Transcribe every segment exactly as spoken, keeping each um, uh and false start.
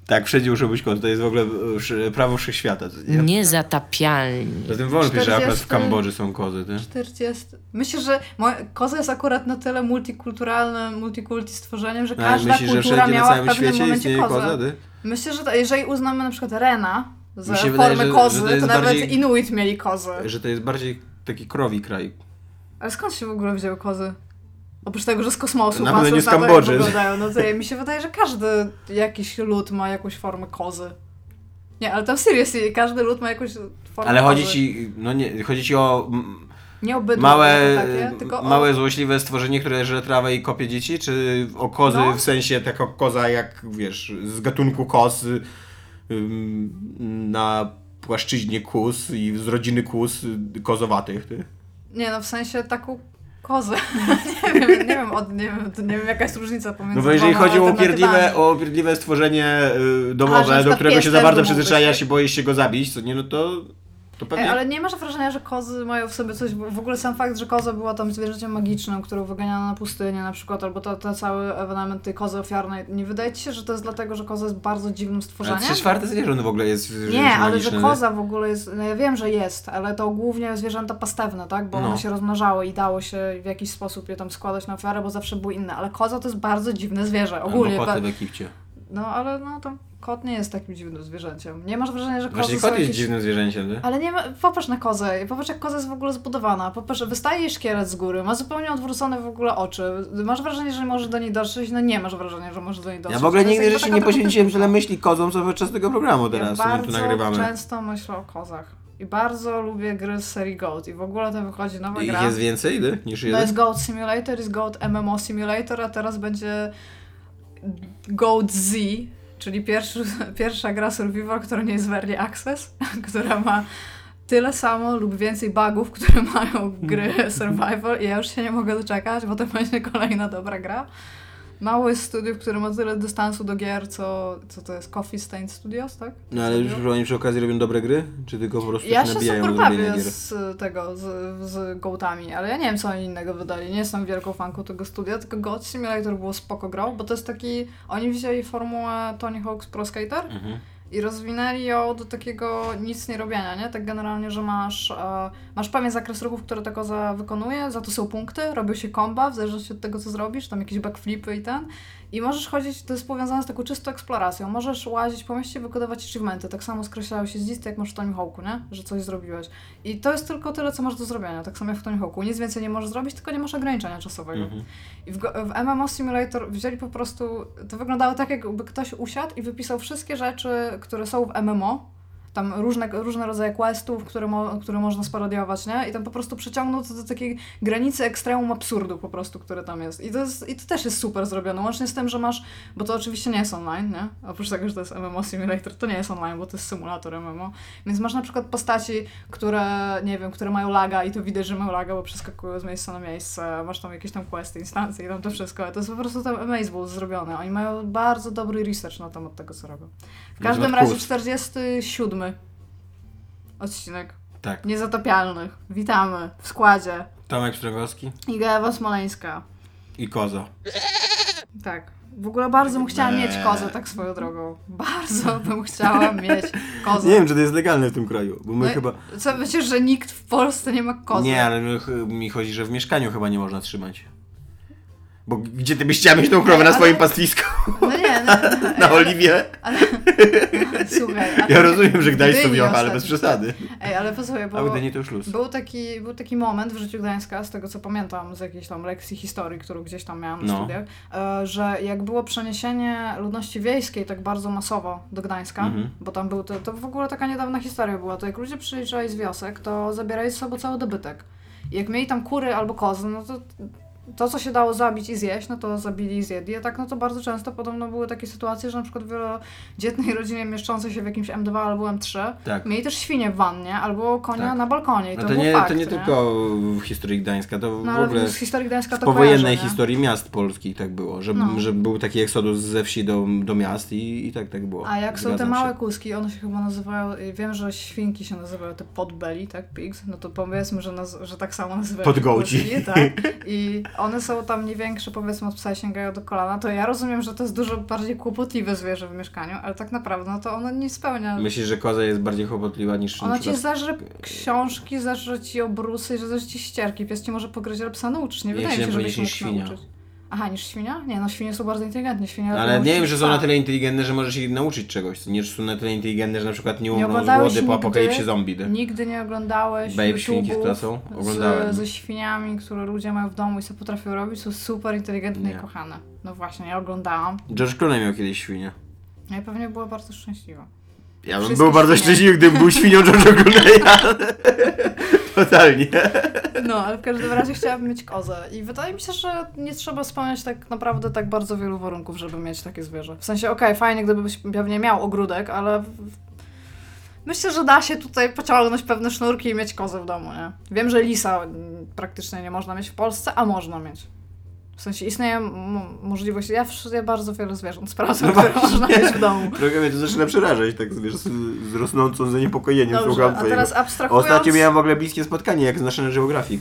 Tak, wszędzie muszą być kozy. To jest w ogóle prawo wszechświata. Nie? Niezatapialni. Zatem wątpię, że akurat w Kambodży są kozy. Ty? czterdzieści Myślę, że moja, koza jest akurat na tyle multikulturalnym, multikulti stworzeniem, że każda myślisz, kultura że miała w pewnym momencie kozę. Koza, Myślę, że to, jeżeli uznamy na przykład Rena za formę wydaje, że, kozy, że to, to nawet bardziej, Inuit mieli kozę. Że to jest bardziej taki krowi kraj. Ale skąd się w ogóle wzięły kozy? Oprócz tego, że z kosmosu na pewno nie z Kambodży. No to mi się wydaje, że każdy jakiś lud ma jakąś formę kozy. Nie, ale tam seriously, każdy lud ma jakąś formę ale kozy. chodzi ci, no nie, chodzi ci o nie o bydło, małe, takie, tylko małe o... złośliwe stworzenie, które żre trawę i kopie dzieci, czy o kozy no. w sensie taka koza jak, wiesz, z gatunku koz ym, na płaszczyźnie kóz i z rodziny kóz kozowatych, ty? Nie no, w sensie taką kozę. nie wiem, nie wiem, od, nie wiem, nie wiem jaka jest różnica pomiędzy. No bo jeżeli chodzi o upierdliwe, o upierdliwe stworzenie y, domowe, A, do którego się za bardzo przyzwyczajasz i boisz się go zabić, to nie, no to... to pewnie... Ej, ale nie masz wrażenia, że kozy mają w sobie coś, w ogóle sam fakt, że koza była tam zwierzęciem magicznym, którą wyganiano na pustynię na przykład, albo to, to cały ewenement tej kozy ofiarnej, nie wydaje ci się, że to jest dlatego, że koza jest bardzo dziwnym stworzeniem? Ale trzy czwarte zwierząt w ogóle jest Nie, ale magiczne, że koza w ogóle jest, no ja wiem, że jest, ale to głównie zwierzęta pastewne, tak, bo no. one się rozmnażały i dało się w jakiś sposób je tam składać na ofiarę, bo zawsze były inne, ale koza to jest bardzo dziwne zwierzę, ogólnie. Albo koty w Egipcie. No, ale no to kot nie jest takim dziwnym zwierzęciem. Nie masz wrażenia, że kozy Właśnie są kot jest jakieś... dziwnym zwierzęciem, ty? Ale nie ma... Popatrz na kozę. Popatrz, jak koza jest w ogóle zbudowana. Popatrz, wystaje jej szkielet z góry, ma zupełnie odwrócone w ogóle oczy. Masz wrażenie, że możesz do niej dotrzeć? No nie masz wrażenia, że możesz do niej dotrzeć. Ja w ogóle nigdy jeszcze nie poświęciłem tyle myśli kozom, co podczas tego programu teraz, ja my tu nagrywamy. bardzo często myślę o kozach. I bardzo lubię gry z serii Goat. I w ogóle to wychodzi nowa I gra. ich jest więcej ty, niż jeden? To jest Goat Simulator, jest Goat M M O Simulator, a teraz będzie Goat Z, czyli pierwszy, pierwsza gra survival, która nie jest w Early Access, która ma tyle samo lub więcej bugów, które mają gry survival i ja już się nie mogę doczekać, bo to będzie kolejna dobra gra. Mało jest studiów, które ma tyle dystansu do gier, co, co to jest Coffee Stain Studios, tak? No ale już oni przy okazji robią dobre gry? Czy tylko po prostu ja się nabijają do robienia gier? Ja się super bawię z tego, z, z Goatami, ale ja nie wiem, co oni innego wydali. Nie jestem wielką fanką tego studia, tylko Goat Simulator było spoko grą, bo to jest taki... Oni wzięli formułę Tony Hawk's Pro Skater mhm. i rozwinęli ją do takiego nic nie robienia, nie? Tak generalnie, że masz, e, masz pewien zakres ruchów, które ta koza wykonuje, za to są punkty, robią się komba, w zależności od tego, co zrobisz, tam jakieś backflipy i ten. I możesz chodzić, to jest powiązane z taką czystą eksploracją. Możesz łazić po mieście i wykonywać achievementy. Tak samo skreślają się z listy, jak masz w Tony Hawk'u, nie? Że coś zrobiłeś. I to jest tylko tyle, co masz do zrobienia. Tak samo jak w Tony Hawk'u. Nic więcej nie możesz zrobić, tylko nie masz ograniczenia czasowego. Mm-hmm. I w, w M M O Simulator wzięli po prostu... To wyglądało tak, jakby ktoś usiadł i wypisał wszystkie rzeczy, które są w M M O. Tam różne, różne rodzaje questów, które, mo, które można sparodiować, nie? I tam po prostu przeciągnął to do takiej granicy ekstremum absurdu po prostu, które tam jest. I to, jest, I to też jest super zrobione, łącznie z tym, że masz, bo to oczywiście nie jest online, nie? Oprócz tego, że to jest M M O Simulator, to nie jest online, bo to jest symulator M M O. Więc masz na przykład postaci, które, nie wiem, które mają laga i to widać, że mają laga, bo przeskakują z miejsca na miejsce, masz tam jakieś tam questy, instancje i tam to wszystko. To jest po prostu tam amazable zrobione. Oni mają bardzo dobry research na temat tego, co robią. W każdym razie czterdziesty siódmy odcinek. Tak. Niezatapialnych. Witamy w składzie. Tomek Strągowski. Iga Ewa Smoleńska. I koza. Tak. W ogóle bardzo bym chciała mieć kozę, tak swoją drogą. Bardzo bym chciała mieć kozę. Nie wiem, czy to jest legalne w tym kraju, bo my no, chyba... Co, myślisz, że nikt w Polsce nie ma kozy? Nie, ale my, mi chodzi, że w mieszkaniu chyba nie można trzymać. Bo gdzie ty byś chciała mieć tą krowę ale, na swoim pastwisku? No nie, no, no, na oliwie? Ale, słuchaj. Ale, ja rozumiem, że Gdańsk to wiocha, ale bez przesady. Ej, ale posłuchaj, bo a Gdyni to już luz. Był taki, był taki moment w życiu Gdańska, z tego co pamiętam, z jakiejś tam lekcji historii, którą gdzieś tam miałam na no. studiach, że jak było przeniesienie ludności wiejskiej tak bardzo masowo do Gdańska, mhm. bo tam był, to, to w ogóle taka niedawna historia była, to jak ludzie przyjeżdżali z wiosek, to zabierali ze sobą cały dobytek. I jak mieli tam kury albo kozy, no to to, co się dało zabić i zjeść, no to zabili i zjedli. A tak, no to bardzo często podobno były takie sytuacje, że na przykład w wielodzietnej rodzinie mieszczącej się w jakimś M dwa albo M trzy tak. mieli też świnie w wannie albo konia tak. na balkonie. I to, no to, był nie, fakt, to nie, nie tylko w historii Gdańska, to no, w ogóle z historii Gdańska w to powojennej kojarzę, historii miast polskich tak było, że, no. że był taki eksodus ze wsi do, do miast i, i tak tak było. A jak Zgadzam są te małe się. kuski, one się chyba nazywają, wiem, że świnki się nazywają te potbelly, tak, pigs, no to powiedzmy, że, naz- że tak samo nazywają podgołci. kuski, tak, i one są tam nie większe, powiedzmy od psa i sięgają do kolana, to ja rozumiem, że to jest dużo bardziej kłopotliwe zwierzę w mieszkaniu, ale tak naprawdę no to ono nie spełnia... Myślisz, że koza jest bardziej chłopotliwa niż... Ona na ci przykład... zażre książki, zażre ci obrusy, że zażre ci ścierki. Pies ci może pogryźć, ale psa nauczysz. Nie Ja wydaje mi się, chciałem żebyś powiedzieć mógł niż świnia. nauczyć. Aha, niż świnia? Nie, no świnie są bardzo inteligentne. Świnia Ale nie wiem, że są psa. na tyle inteligentne, że możesz ich nauczyć czegoś. Nie, że są na tyle inteligentne, że na przykład nie umrą z oglądałeś głody po nigdy- apokalipsie zombie. ty. Nigdy nie oglądałeś Babe, świnki z YouTube'ów klasą? Oglądałem. z, ze świniami, które ludzie mają w domu i co potrafią robić, są super inteligentne Nie. i kochane. No właśnie, ja oglądałam. George Clooney miał kiedyś świnię. Ja pewnie była bardzo szczęśliwa. Ja bym Wszystkie był bardzo świnie. szczęśliwy, gdybym był świnią George'a Clooney'a. Totalnie. No, ale w każdym razie chciałabym mieć kozę. I wydaje mi się, że nie trzeba spełniać tak naprawdę tak bardzo wielu warunków, żeby mieć takie zwierzę. W sensie, okej, okay, fajnie, gdybyś pewnie miał ogródek, ale w- myślę, że da się tutaj pociągnąć pewne sznurki i mieć kozę w domu, nie? Wiem, że lisa mm, praktycznie nie można mieć w Polsce, a można mieć. W sensie istnieje m- możliwość, ja, wsz- ja bardzo wiele zwierząt sprawdzam, No które właśnie. można mieć w domu. Trochę mnie to zaczyna przerażać, tak wiesz, z, z rosnącą zaniepokojeniem Dobrze, słucham a twojego. teraz abstrahując... Ostatnio miałem w ogóle bliskie spotkanie, jak z National Geographic.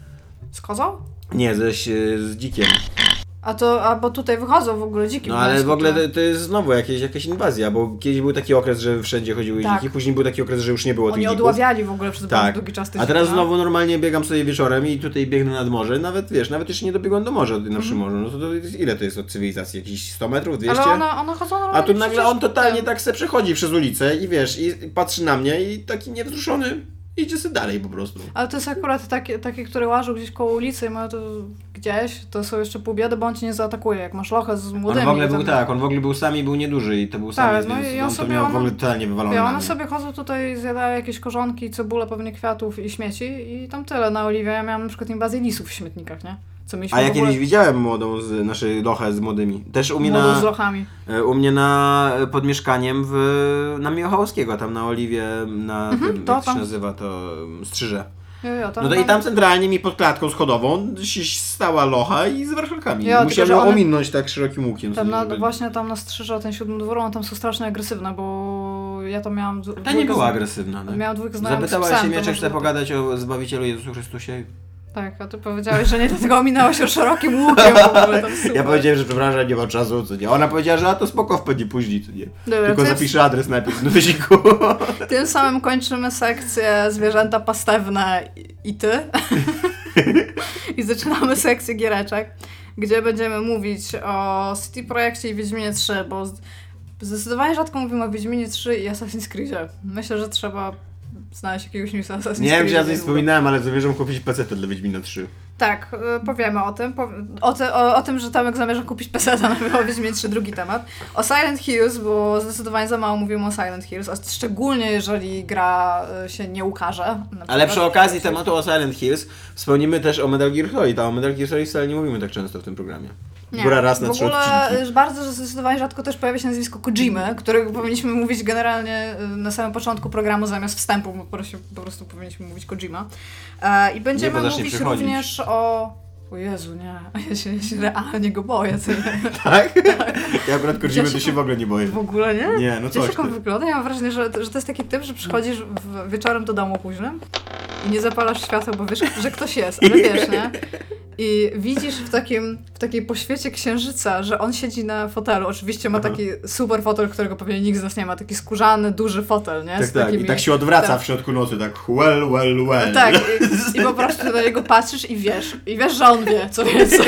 Z kozą? Nie, ze, z dzikiem. A to, a bo tutaj wychodzą w ogóle dziki. No w ale Gdańsku, w ogóle to- to, to jest znowu jakieś, jakaś inwazja, bo kiedyś był taki okres, że wszędzie chodziły Tak. dziki, później był taki okres, że już nie było Oni tych dzików. odławiali w ogóle przez bardzo Tak. długi czas te A teraz dziki, no. znowu normalnie biegam sobie wieczorem i tutaj biegnę nad morze, nawet wiesz, nawet jeszcze nie dobiegłem do morza na Mhm. przy morzu, no to, to jest, ile to jest od cywilizacji? Jakieś sto metrów, dwieście? Ale one, one chodzą normalnie. A tu nagle przecież on totalnie ten- tak se przechodzi przez ulicę i wiesz, i patrzy na mnie i taki niewzruszony idzie sobie dalej po prostu. Ale to jest akurat takie, takie, które łażą gdzieś koło ulicy i mają to gdzieś, to są jeszcze pół biedy, bo on cię nie zaatakuje. Jak masz lochę z On młodymi... w ogóle to- był tak, on w ogóle był sam i był nieduży i to był Tak, sam, no więc i on on to sobie- miał w ona- ogóle totalnie wywalone I na one mnie. sobie chodzą tutaj, zjadają jakieś korzonki, cebulę, pewnie kwiatów i śmieci i tam tyle. Na Oliwie ja miałam na przykład inwazję lisów w śmietnikach, nie? Co mieliśmy A ja w ogóle... kiedyś widziałem młodą z naszej lochę z młodymi. Też u mnie Młodą na... z lochami. U mnie na, pod mieszkaniem w, na Michałowskiego, tam na Oliwie, na Mhm, tym, to jak to się tam. nazywa, to um, Strzyże. Jo, jo, to No to i tam centralnie mi pod klatką schodową się stała locha i z warszawkami. Jo, tylko, Musiałem że ją one- ominąć tak szerokim łukiem. Tam sobie, na, żeby- właśnie tam na Strzyża, ten siódmy dwór, one tam są strasznie agresywne, bo ja to miałam... d- Ta nie dwójkę była z- agresywna. Tak? Miałam dwójkę znajomych z Zapytała psem, się to mnie, czy może chce to- pogadać o Zbawicielu Jezusu Chrystusie. Tak, a ty powiedziałeś, że nie, dlatego ominęłaś się szerokim łukiem w ogóle, tam super. Ja powiedziałem, że przepraszam, nie mam czasu, co nie. Ona powiedziała, że a to spoko, wpadnie później, co nie. Dobra, Tylko to jest- zapiszę adres najpierw na wysiłku. Tym samym kończymy sekcję zwierzęta pastewne i, i ty. I zaczynamy sekcję giereczek, gdzie będziemy mówić o City Projekcie i Wiedźminie trzy, bo z- zdecydowanie rzadko mówimy o Wiedźminie trzy i Assassin's Creedzie. Myślę, że trzeba znaleźć jakiegoś newsa Assassin's Nie wiem, czy ja Creedzie coś wspominałem, ale zamierzam kupić pecetę dla Wiedźmina trzy. Tak, y, powiemy o tym. Powie- o, te, o, o tym, że Tomek zamierza kupić peseta na Wiedźminie trzy, drugi temat. O Silent Hills, bo zdecydowanie za mało mówimy o Silent Hills, a szczególnie jeżeli gra y, się nie ukaże. Na Ale przykład. przy okazji tematu o Silent Hills wspomnimy też o Metal Gear Solid, a o Metal Gear Solid wcale nie mówimy tak często w tym programie. Nie. Góra raz na w trzy ogóle odcinki. y, bardzo zdecydowanie rzadko też pojawia się nazwisko Kojimy, którego powinniśmy mówić generalnie y, na samym początku programu zamiast wstępu, bo po prostu, po prostu powinniśmy mówić Kojima. E, I będziemy bo zacznie mówić przychodzić. również o... O Jezu, nie. Ja się, ja się realnie go boję. Co nie? Tak? Ja akurat Kojimy Ja się to się w ogóle nie boję. W ogóle nie? Nie, no Wiesz, coś jak on ty. wygląda? Ja mam wrażenie, że, że to jest taki typ, że przychodzisz w, wieczorem do domu późnym i nie zapalasz światła, bo wiesz, że ktoś jest, ale wiesz, nie? I widzisz w takim, w takiej poświecie księżyca, że on siedzi na fotelu. Oczywiście ma Aha. taki super fotel, którego pewnie nikt z nas nie ma. Taki skórzany, duży fotel, nie? Tak, Z tak. takimi- I tak się odwraca tak. w środku nocy, tak well, well, well. Tak, i, i po prostu na niego patrzysz i wiesz. I wiesz, że on wie, co więcej.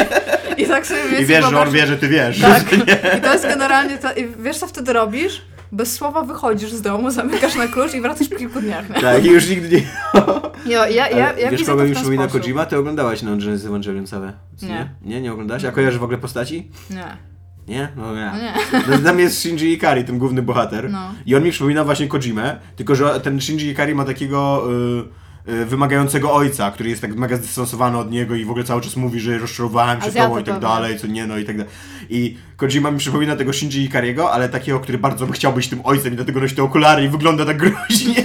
I tak sobie więcej I wiesz, że on wyobraź- wie, że ty wiesz. Tak. I to jest generalnie to. I wiesz, co wtedy robisz? Bez słowa wychodzisz z domu, zamykasz na klucz i wracasz po kilku dniach, nie? Tak, i już nigdy nie... Jo, ja, ja, ja, ja wiesz, widzę kogo to w mi ten przypomina sposób. Kojima? Ty oglądałaś No Genesis Evangelion całe? Co Nie. Nie? Nie oglądałaś? A kojarzysz w ogóle postaci? Nie. Nie? No ja. No nie. No, tam jest Shinji Ikari, ten główny bohater. No. I on mi przypomina właśnie Kojimę, tylko że ten Shinji Ikari ma takiego y, y, wymagającego ojca, który jest tak mega zdystansowany od niego i w ogóle cały czas mówi, że rozczarowałem się Azjata tobą i tak pewnie. dalej, co nie, no i tak dalej. I Kojima mi przypomina tego Shinji Ikariego, ale takiego, który bardzo by chciał być tym ojcem i dlatego nosi te okulary i wygląda tak groźnie.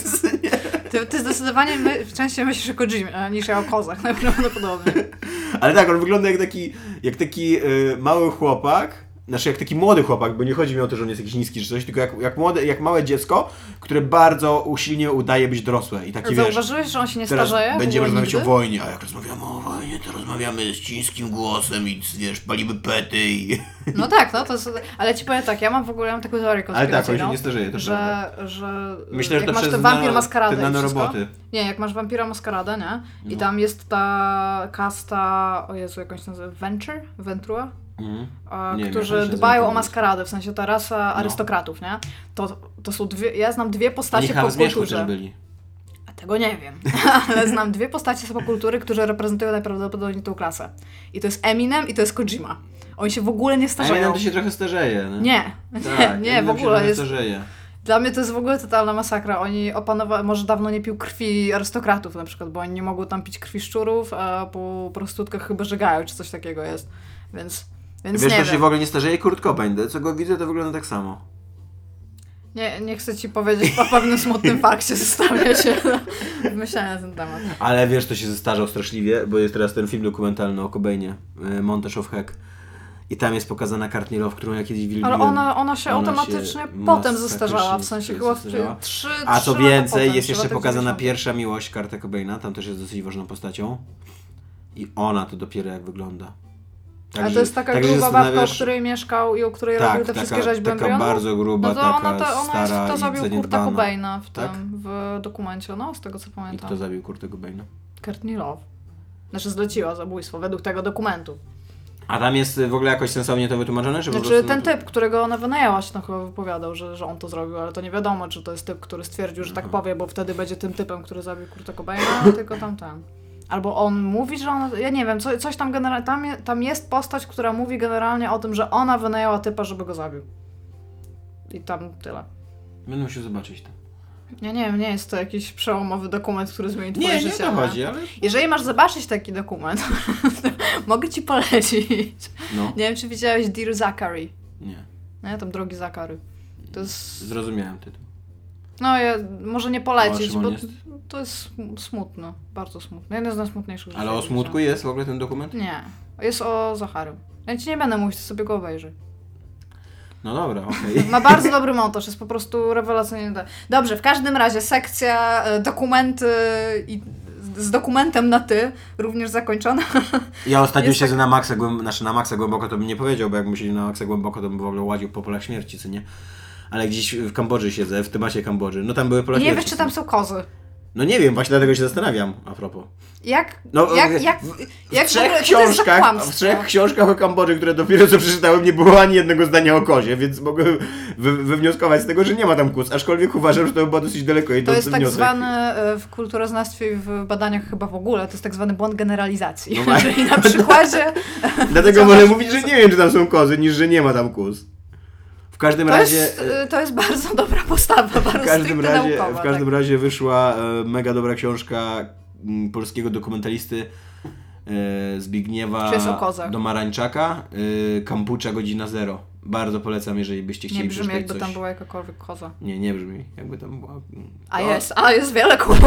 Ty, ty zdecydowanie my, częściej myślisz o Kojimie a niż ja o kozach, najprawdopodobniej. Ale tak, on wygląda jak taki, jak taki y, mały chłopak, Znaczy jak taki młody chłopak, bo nie chodzi mi o to, że on jest jakiś niski czy coś, tylko jak, jak, młode, jak małe dziecko, które bardzo usilnie udaje być dorosłe. I taki, wiesz, Zauważyłeś, że on się nie teraz starzeje? będziemy rozmawiać nigdy? o wojnie, a jak rozmawiamy o wojnie, to rozmawiamy z cińskim głosem i wiesz, palimy pety i... No tak, no to jest, ale ci powiem tak, ja mam w ogóle ja mam taką teorię Ale konspiracyjną. tak, on się nie starzeje, to że, prawda. że Myślę, że jak to masz przez ten wampir nano- maskaradę te i wszystko, nanoroboty. nie, jak masz wampira maskaradę, nie? I No. tam jest ta kasta, o Jezu, jak on się nazywa, Venture? Ventura? Mhm. A, Nie wiem, którzy jak on się dbają nazywa. o maskaradę, w sensie ta rasa arystokratów, nie? To, to są dwie, ja znam dwie Oni postacie chyba w Zmierzchu popkulturze. też byli. Tego nie wiem, ale znam dwie postacie z popkultury, które reprezentują najprawdopodobniej tą klasę. I to jest Eminem i to jest Kojima. Oni się w ogóle nie A starzeją. Eminem to się trochę starzeje, no. Nie, Tak, nie, Eminem w się ogóle trochę jest... starzeje. Dla mnie to jest w ogóle totalna masakra. Oni opanowali, może dawno nie pił krwi arystokratów na przykład, bo oni nie mogą tam pić krwi szczurów, a po prostytutkach chyba żegają, czy coś takiego jest. Więc, więc Wiesz, nie to wiem. się w ogóle nie starzeje? Kurt Cobain, co go widzę, to wygląda tak samo. Nie, nie chcę ci powiedzieć o pewnym smutnym fakcie, zostawię się w myśleniu na ten temat. Ale wiesz, to się zestarzał straszliwie, bo jest teraz ten film dokumentalny o Cobainie, y, Montage of Heck. I tam jest pokazana Courtney Love, którą ja kiedyś wielbiłem. Ale ona, ona się Ona automatycznie się potem zestarzała, w masakrycznie sensie chyba w zestarzała. trzy A co trzy lata więcej, potem, jest trzy jeszcze lata pokazana dziewięćdziesiąte. pierwsza miłość Kurta Cobaina, tam też jest dosyć ważną postacią. I ona to dopiero jak wygląda. Ale to jest taka także się gruba babka, o zastanawiasz- której mieszkał i o której Tak, robił te taka, wszystkie rzeźby taka embrionów? bardzo gruba, No to taka ona, to, ona stara jest, to i zabił Kurta zaniedbana. Cobaina w tym, Tak? w dokumencie, no z tego co I pamiętam. kto zabił Kurta Cobaina? Courtney Love. Znaczy zleciła zabójstwo według tego dokumentu. A tam jest w ogóle jakoś sensownie to wytłumaczone, czy po Znaczy prostu... ten no to- typ, którego ona wynajęła się, no chyba wypowiadał, że, że on to zrobił, ale to nie wiadomo, czy to jest typ, który stwierdził, że tak Aha. powie, bo wtedy będzie tym typem, który zabił Kurta Cobaina, tylko tamten. Albo on mówi, że ona, ja nie wiem, co, coś tam generalnie, tam, je- tam jest postać, która mówi generalnie o tym, że ona wynajęła typa, żeby go zabił. I tam tyle. Będę musiał zobaczyć to. Ja nie wiem, nie jest to jakiś przełomowy dokument, który zmieni twoje Nie, życie. nie o to ale- chodzi, ale... Jeżeli masz zobaczyć taki dokument, to mogę ci polecić. No, Nie wiem, czy widziałeś Dear Zachary. nie. Nie, tam Drogi Zachary. To jest... Zrozumiałem tytuł. No, ja, może nie polecić, Szymon bo jest? to jest sm- smutne. Bardzo smutne. Jeden z najsmutniejszych rzeczy. Ale o smutku jest w ogóle ten dokument? Nie. Jest o Zacharym. Ja ci nie będę mówić, to sobie go obejrzyj. No dobra, okej. Ma bardzo dobry montaż, jest po prostu rewelacyjny. Dobrze, w każdym razie sekcja e, dokumenty i z dokumentem na ty, również zakończona. Ja ostatnio Jest siedzę na maksa, głęb... znaczy na maksa głęboko to bym nie powiedział, bo jakbym siedział na maksa głęboko, to bym w ogóle łaził po polach śmierci, co nie? Ale gdzieś w Kambodży siedzę, w temacie Kambodży. No tam były pola Nie śmierci. wiesz, czy tam są kozy. No nie wiem, właśnie dlatego się zastanawiam, a propos. Jak, No, jak, w- jak, w jak w trzech ogóle, co to jest za książkach, kłamstwo? w trzech książkach o Kambodży, które dopiero co przeczytałem, nie było ani jednego zdania o kozie, więc mogę wy, wywnioskować z tego, że nie ma tam kóz, aczkolwiek uważam, że to była dosyć daleko To idący jest tak wniosek. zwany e, w kulturoznawstwie i w badaniach chyba w ogóle, to jest tak zwany błąd generalizacji. No właśnie. Czyli na przykładzie... Dlatego Co wolę masz- mówić, że nie wiem, czy tam są kozy, niż że nie ma tam kóz. W każdym To razie... jest, e, to jest bardzo dobra postawa, bardzo W każdym stricte razie, naukowa. w każdym tak. razie wyszła e, mega dobra książka m, polskiego dokumentalisty e, Zbigniewa Czy jest o kozach? Domarańczaka, e, Kampucza Godzina Zero. Bardzo polecam, jeżeli byście chcieli Nie brzmi, przeczytać jakby coś. tam była jakakolwiek koza. Nie, nie brzmi, jakby tam była... A No. jest, a jest wiele kóz.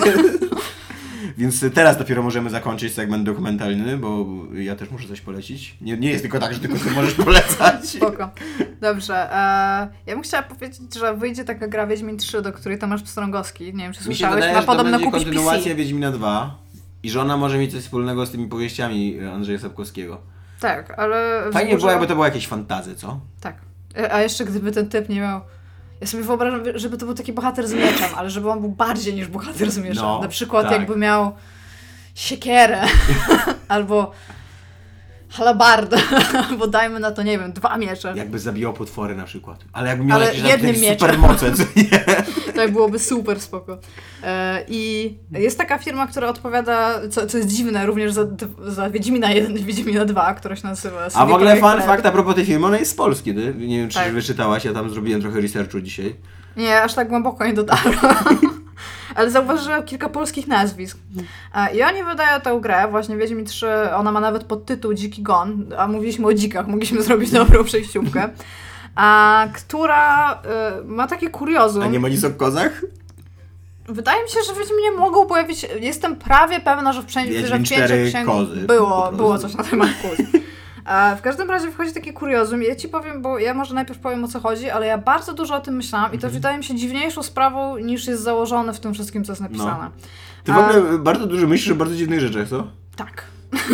Więc teraz dopiero możemy zakończyć segment dokumentalny, bo ja też muszę coś polecić. Nie, nie jest tylko tak, że tylko ty możesz polecać. Spoko. Dobrze. E, ja bym chciała powiedzieć, że wyjdzie taka gra Wiedźmin trzy, do której Tomasz Pstrągowski, nie wiem czy Mi się słyszałeś, wydaje, ma że to podobno będzie kupić P kontynuacja C. Wiedźmina dwa i że ona może mieć coś wspólnego z tymi powieściami Andrzeja Sapkowskiego. Tak, ale... Fajnie wzgórze- było, jakby to było jakieś fantazy, co? Tak. E, A jeszcze gdyby ten typ nie miał... Ja sobie wyobrażam, żeby to był taki bohater z mieczem, ale żeby on był bardziej niż bohater z mieczem. No, Na przykład tak. jakby miał siekierę albo halabardę, albo dajmy na to, nie wiem, dwa miecze. Jakby zabijał potwory na przykład. Ale jakby miał Ale jakieś jednym jakieś mieczem. supermoce, co nie? Tak byłoby super spoko. E, I jest taka firma, która odpowiada, co, co jest dziwne, również za, za Wiedźmina jeden i Wiedźmina dwa, która się nazywa A w sobie ogóle Projekt fun Red. fact a propos tej firmy, ona jest z Polski, ty? Nie wiem, czy Tak. wyczytałaś, ja tam zrobiłem trochę researchu dzisiaj. Nie, aż tak głęboko nie dotarłam. Ale zauważyłam kilka polskich nazwisk. E, I oni wydają tę grę, właśnie Wiedźmin trzy, ona ma nawet podtytuł Dziki Gon, a mówiliśmy o dzikach, mogliśmy zrobić dobrą przejściówkę, a która e, ma takie kuriozum. A nie ma nic o kozach? Wydaje mi się, że w Wiedźminie mogą pojawić, jestem prawie pewna, że w, przę- że Wiedźmin w pięciu cztery księgach kozy, po było, prostu. było coś na temat kóz. A w każdym razie wchodzi takie kuriozum. Ja ci powiem, bo ja może najpierw powiem o co chodzi, ale ja bardzo dużo o tym myślałam i to Mhm. wydaje mi się dziwniejszą sprawą niż jest założone w tym wszystkim, co jest napisane. Ty w ogóle bardzo dużo myślisz o bardzo dziwnych rzeczach, co? Tak.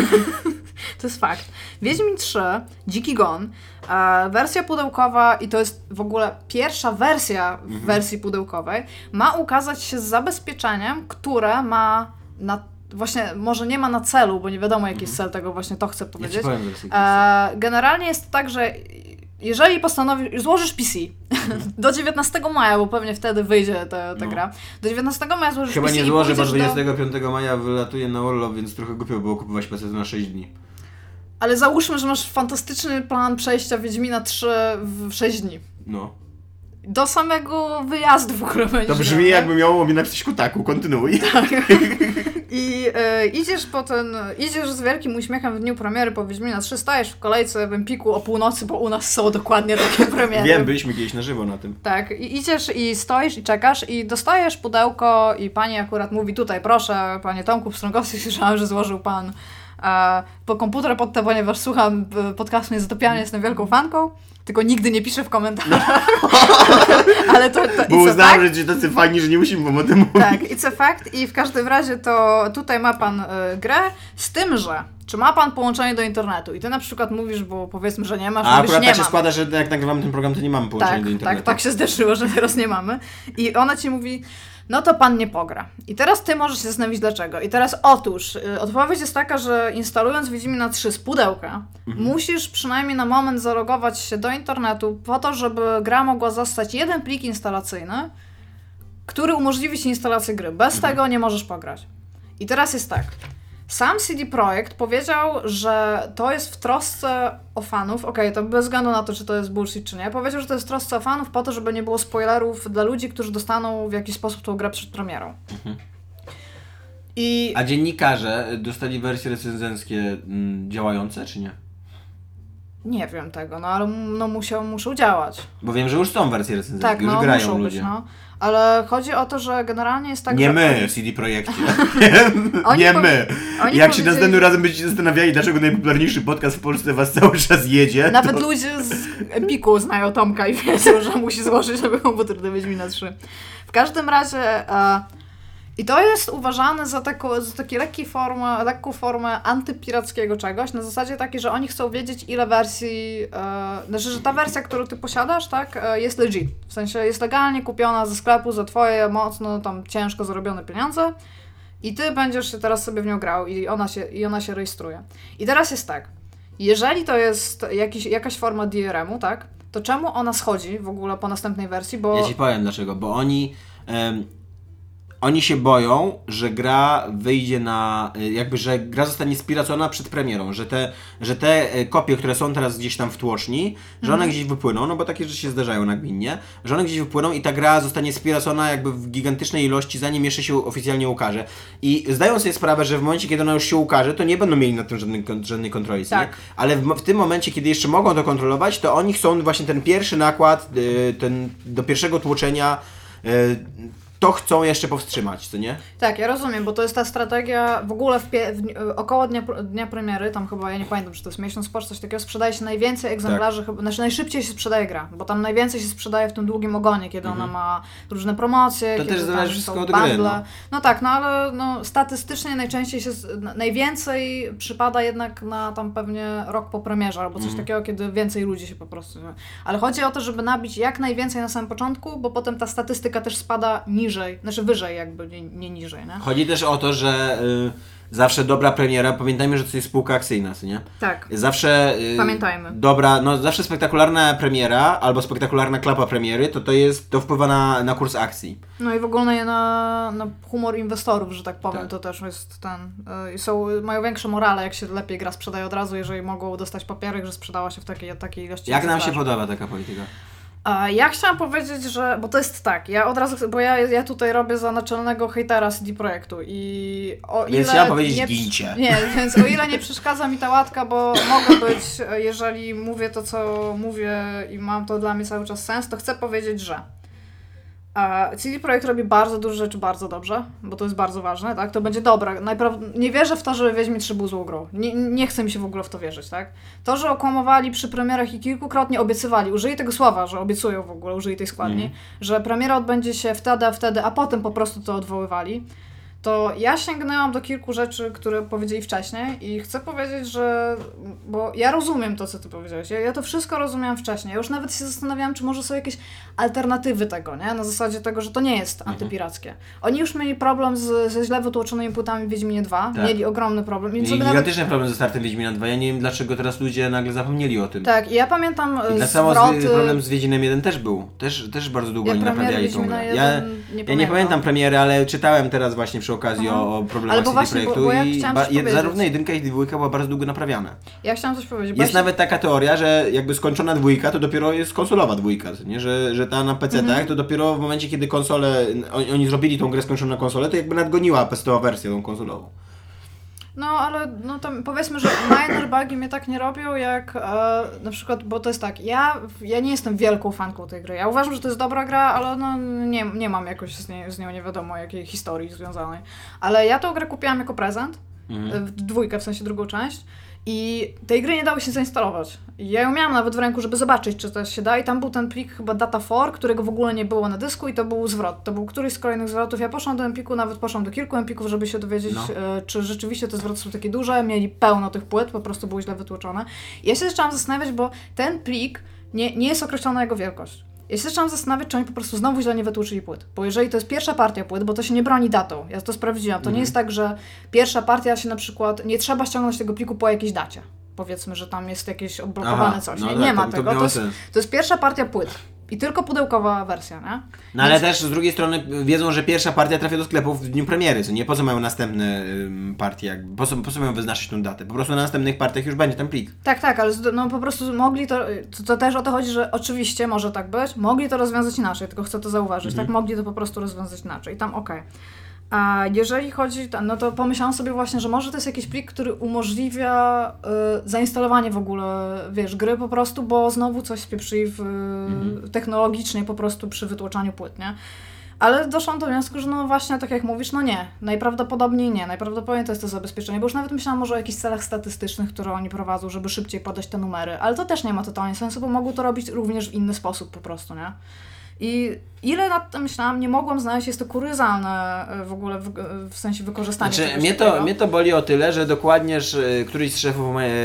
To jest fakt. Wiedźmin trzy, Dziki Gon, e, wersja pudełkowa i to jest w ogóle pierwsza wersja w Mhm. wersji pudełkowej, ma ukazać się z zabezpieczeniem, które ma na, właśnie, może nie ma na celu, bo nie wiadomo jaki jest cel tego, właśnie to chcę Ja ci powiedzieć. powiem wersję. E, generalnie jest tak, że jeżeli postanowisz, złożysz P C do dziewiętnastego maja, bo pewnie wtedy wyjdzie ta, ta No. gra, do dziewiętnastego maja złożysz Chyba P C nie i złożę, bo pójdziesz do... dwudziestego piątego maja wylatuje na Orlo, więc trochę głupio było kupować P C na sześć dni. Ale załóżmy, że masz fantastyczny plan przejścia Wiedźmina trzy w sześć dni. No. Do samego wyjazdu w ogóle będzie. To brzmi jakby miało mi napisać kutaku, kontynuuj. I e, idziesz po ten, idziesz z wielkim uśmiechem w dniu premiery po Wiedźmina trzy, stajesz w kolejce w Empiku o północy, bo u nas są dokładnie takie premiery. Wiem, byliśmy kiedyś na żywo na tym. Tak, i idziesz i stoisz i czekasz i dostajesz pudełko i pani akurat mówi tutaj, proszę, panie Tomku Pstrągowski, słyszałam, że złożył pan e, po komputer pod te, ponieważ słucham e, podcastu Niezatopialnie, jestem wielką fanką, tylko nigdy nie piszę w komentarzach. Ale to, to Bo it's a uznałem, fact. że ci tacy fajni, że nie musimy wam o tym mówić. Tak, it's a fact i w każdym razie to tutaj ma pan y, grę, z tym, że czy ma pan połączenie do internetu i ty na przykład mówisz, bo powiedzmy, że nie masz, A mówisz, akurat nie tak się mam. składa, że jak nagrywamy ten program, to nie mamy połączenia Tak, do internetu. tak, tak się zdarzyło, że teraz nie mamy. I ona ci mówi, no to pan nie pogra. I teraz ty możesz się zastanowić dlaczego. I teraz otóż, y, odpowiedź jest taka, że instalując Wiedźmina trzy z pudełka, Mhm. musisz przynajmniej na moment zalogować się do internetu po to, żeby gra mogła zostać jeden plik instalacyjny, który umożliwi ci instalację gry. Bez Mhm. tego nie możesz pograć. I teraz jest tak. Sam C D Projekt powiedział, że to jest w trosce o fanów, okej, to bez względu na to, czy to jest bullshit, czy nie, powiedział, że to jest w trosce o fanów po to, żeby nie było spoilerów dla ludzi, którzy dostaną w jakiś sposób tą grę przed premierą. Mhm. I A dziennikarze dostali wersje recenzenckie mm, działające, czy nie? nie wiem tego, no ale m- no musiał, muszą działać. Bo wiem, że już są wersje recenzenckie, Tak, już no grają muszą ludzie. być, no. Ale chodzi o to, że generalnie jest tak, Nie że my w C D Projekcie. Oni nie po- my. oni Jak się powiedzieli- następnym razem będziecie zastanawiali, dlaczego najpopularniejszy podcast w Polsce was cały czas jedzie, Nawet to... ludzie z Empiku znają Tomka i wiedzą, że musi złożyć nowy komputer do Wiedźmina trzy. W każdym razie e, i to jest uważane za, taką, za takie lekkie formę, lekką formę antypirackiego czegoś, na zasadzie takiej, że oni chcą wiedzieć ile wersji, e, znaczy, że ta wersja, którą ty posiadasz, tak, e, jest legit. W sensie jest legalnie kupiona ze sklepu za twoje mocno tam ciężko zarobione pieniądze i ty będziesz się teraz sobie w nią grał i ona się, i ona się rejestruje. I teraz jest tak, jeżeli to jest jakiś, jakaś forma D R M u, tak, to czemu ona schodzi w ogóle po następnej wersji, bo... Ja ci powiem dlaczego, bo oni... Em, Oni się boją, że gra wyjdzie na, jakby, że gra zostanie spiracona przed premierą, że te, że te e, kopie, które są teraz gdzieś tam w tłoczni, że one gdzieś wypłyną, no bo takie rzeczy się zdarzają nagminnie, że one gdzieś wypłyną i ta gra zostanie spiracona jakby w gigantycznej ilości, zanim jeszcze się oficjalnie ukaże. I zdają sobie sprawę, że w momencie, kiedy ona już się ukaże, to nie będą mieli nad tym żadnej, żadnej kontroli, Tak. nie? Ale w, w tym momencie, kiedy jeszcze mogą to kontrolować, to oni chcą właśnie ten pierwszy nakład, y, ten do pierwszego tłoczenia, y, to chcą jeszcze powstrzymać, co nie? Tak, ja rozumiem, bo to jest ta strategia w ogóle w pie- w, dni- około dnia, dnia premiery, tam chyba, ja nie pamiętam, czy to jest miesiąc po, czy coś takiego, sprzedaje się najwięcej egzemplarzy, chyba, znaczy najszybciej się sprzedaje gra, bo tam najwięcej się sprzedaje w tym długim ogonie, kiedy Mhm. ona ma różne promocje, To kiedy też tam zależy są wszystko od gry, bundle. no. No tak, no ale no, statystycznie najczęściej się, z- na- najwięcej przypada jednak na tam pewnie rok po premierze, albo coś Mhm. takiego, kiedy więcej ludzi się po prostu... Ale chodzi o to, żeby nabić jak najwięcej na samym początku, bo potem ta statystyka też spada niżej, znaczy wyżej jakby, nie, nie niżej, nie? Chodzi też o to, że y, zawsze dobra premiera, pamiętajmy, że to jest spółka akcyjna, co nie? Tak. Zawsze y, Pamiętajmy. dobra, no zawsze spektakularna premiera albo spektakularna klapa premiery, to to jest, to wpływa na, na kurs akcji. No i w ogóle na, na humor inwestorów, że tak powiem, Tak. to też jest ten... y, są, mają większe morale, jak się lepiej gra sprzedaje od razu, jeżeli mogą dostać papierek, że sprzedała się w takiej, takiej ilości. Jak nam się egzemplarzy. podoba taka polityka? A ja chciałam powiedzieć, że... Bo to jest tak, ja od razu... Bo ja, ja tutaj robię za naczelnego hejtera C D Projektu i o Więc ile... chciałam powiedzieć nie, gincie. Nie, więc o ile nie przeszkadza mi ta łatka, bo mogę być, jeżeli mówię to, co mówię i mam to dla mnie cały czas sens, to chcę powiedzieć, że... A C D Projekt robi bardzo dużo rzeczy bardzo dobrze, bo to jest bardzo ważne, tak? To będzie dobra. Najpraw... Nie wierzę w to, że Wiedźmin trzy był złą grą. Nie, nie chce mi się w ogóle w to wierzyć, tak? To, że okłamowali przy premierach i kilkukrotnie obiecywali, użyli tego słowa, że obiecują w ogóle, użyli tej składni, mm. że premiera odbędzie się wtedy, a wtedy, a potem po prostu to odwoływali. To ja sięgnęłam do kilku rzeczy, które powiedzieli wcześniej i chcę powiedzieć, że... Bo ja rozumiem to, co ty powiedziałeś. Ja, ja to wszystko rozumiałam wcześniej. Ja już nawet się zastanawiałam, czy może są jakieś alternatywy tego, nie? Na zasadzie tego, że to nie jest antypirackie. Oni już mieli problem z, ze źle wytłoczonymi płytami w Wiedźminie dwa. Tak. Mieli ogromny problem. Mieli gigantyczny nawet... problem ze startem Wiedźmina dwa. Ja nie wiem, dlaczego teraz ludzie nagle zapomnieli o tym. Tak, i ja pamiętam I zwroty... samo z, problem z Wiedźminem jeden też był. Też, też bardzo długo ja nie naprawiali tą grę. Ja, nie ja nie pamiętam premiery, ale czytałem teraz właśnie przy okazji Aha. o problemach C D Projektu bo ja i ba- jed, zarówno jedynka i dwójka była bardzo długo naprawiana. Ja chciałam coś powiedzieć. Jest nawet taka teoria, że jakby skończona dwójka, to dopiero jest konsolowa dwójka, nie? Że, że ta na pecetach, mm-hmm. to dopiero w momencie, kiedy konsole, oni, oni zrobili tą grę skończoną na konsolę, to jakby nadgoniła pestowa wersję tą konsolową. No, ale no to powiedzmy, że minor bugi mnie tak nie robią, jak e, na przykład, bo to jest tak, ja, ja nie jestem wielką fanką tej gry. Ja uważam, że to jest dobra gra, ale no nie, nie mam jakoś z, nie, z nią nie wiadomo jakiej historii związanej. Ale ja tę grę kupiłam jako prezent, mhm. dwójkę, w sensie drugą część. I tej gry nie dało się zainstalować. Ja ją miałam nawet w ręku, żeby zobaczyć, czy to się da i tam był ten plik chyba data for, którego w ogóle nie było na dysku i to był zwrot. To był któryś z kolejnych zwrotów. Ja poszłam do Empiku, nawet poszłam do kilku Empików, żeby się dowiedzieć, no. e, czy rzeczywiście te zwroty są takie duże. Mieli pełno tych płyt, po prostu były źle wytłoczone. I ja się zaczęłam zastanawiać, bo ten plik nie, nie jest określona jego wielkość. Ja się zaczęłam zastanawiać, czy oni po prostu znowu źle nie wytłuczyli płyt. Bo jeżeli to jest pierwsza partia płyt, bo to się nie broni datą, ja to sprawdziłam, to mm. nie jest tak, że pierwsza partia się na przykład, nie trzeba ściągnąć tego pliku po jakiejś dacie. Powiedzmy, że tam jest jakieś odblokowane Aha, coś. No nie, tak, nie ma to, tego. To, to, jest, to jest pierwsza partia płyt. I tylko pudełkowa wersja, nie? No ale Więc... też z drugiej strony wiedzą, że pierwsza partia trafia do sklepów w dniu premiery, co nie? Po co mają następne ym, partie? Jakby, po, co, po co mają wyznaczyć tą datę? Po prostu na następnych partiach już będzie ten plik. Tak, tak, ale no po prostu mogli to, to, to też o to chodzi, że oczywiście może tak być, mogli to rozwiązać inaczej, tylko chcę to zauważyć, mhm. tak? Mogli to po prostu rozwiązać inaczej. I tam okej. Okay. A jeżeli chodzi, no to pomyślałam sobie właśnie, że może to jest jakiś plik, który umożliwia y, zainstalowanie w ogóle, wiesz, gry po prostu, bo znowu coś spieprzyli w, mhm. technologicznie po prostu przy wytłaczaniu płyt, nie? Ale doszłam do wniosku, że no właśnie, tak jak mówisz, no nie, najprawdopodobniej nie, najprawdopodobniej to jest to zabezpieczenie, bo już nawet myślałam może o jakichś celach statystycznych, które oni prowadzą, żeby szybciej podać te numery, ale to też nie ma totalnie sensu, bo mogą to robić również w inny sposób po prostu, nie? I ile nad tym myślałam, nie mogłam znaleźć, jest to kuriozalne w ogóle w, w sensie wykorzystania znaczy, mnie to, mnie to boli o tyle, że dokładnie że któryś z szefów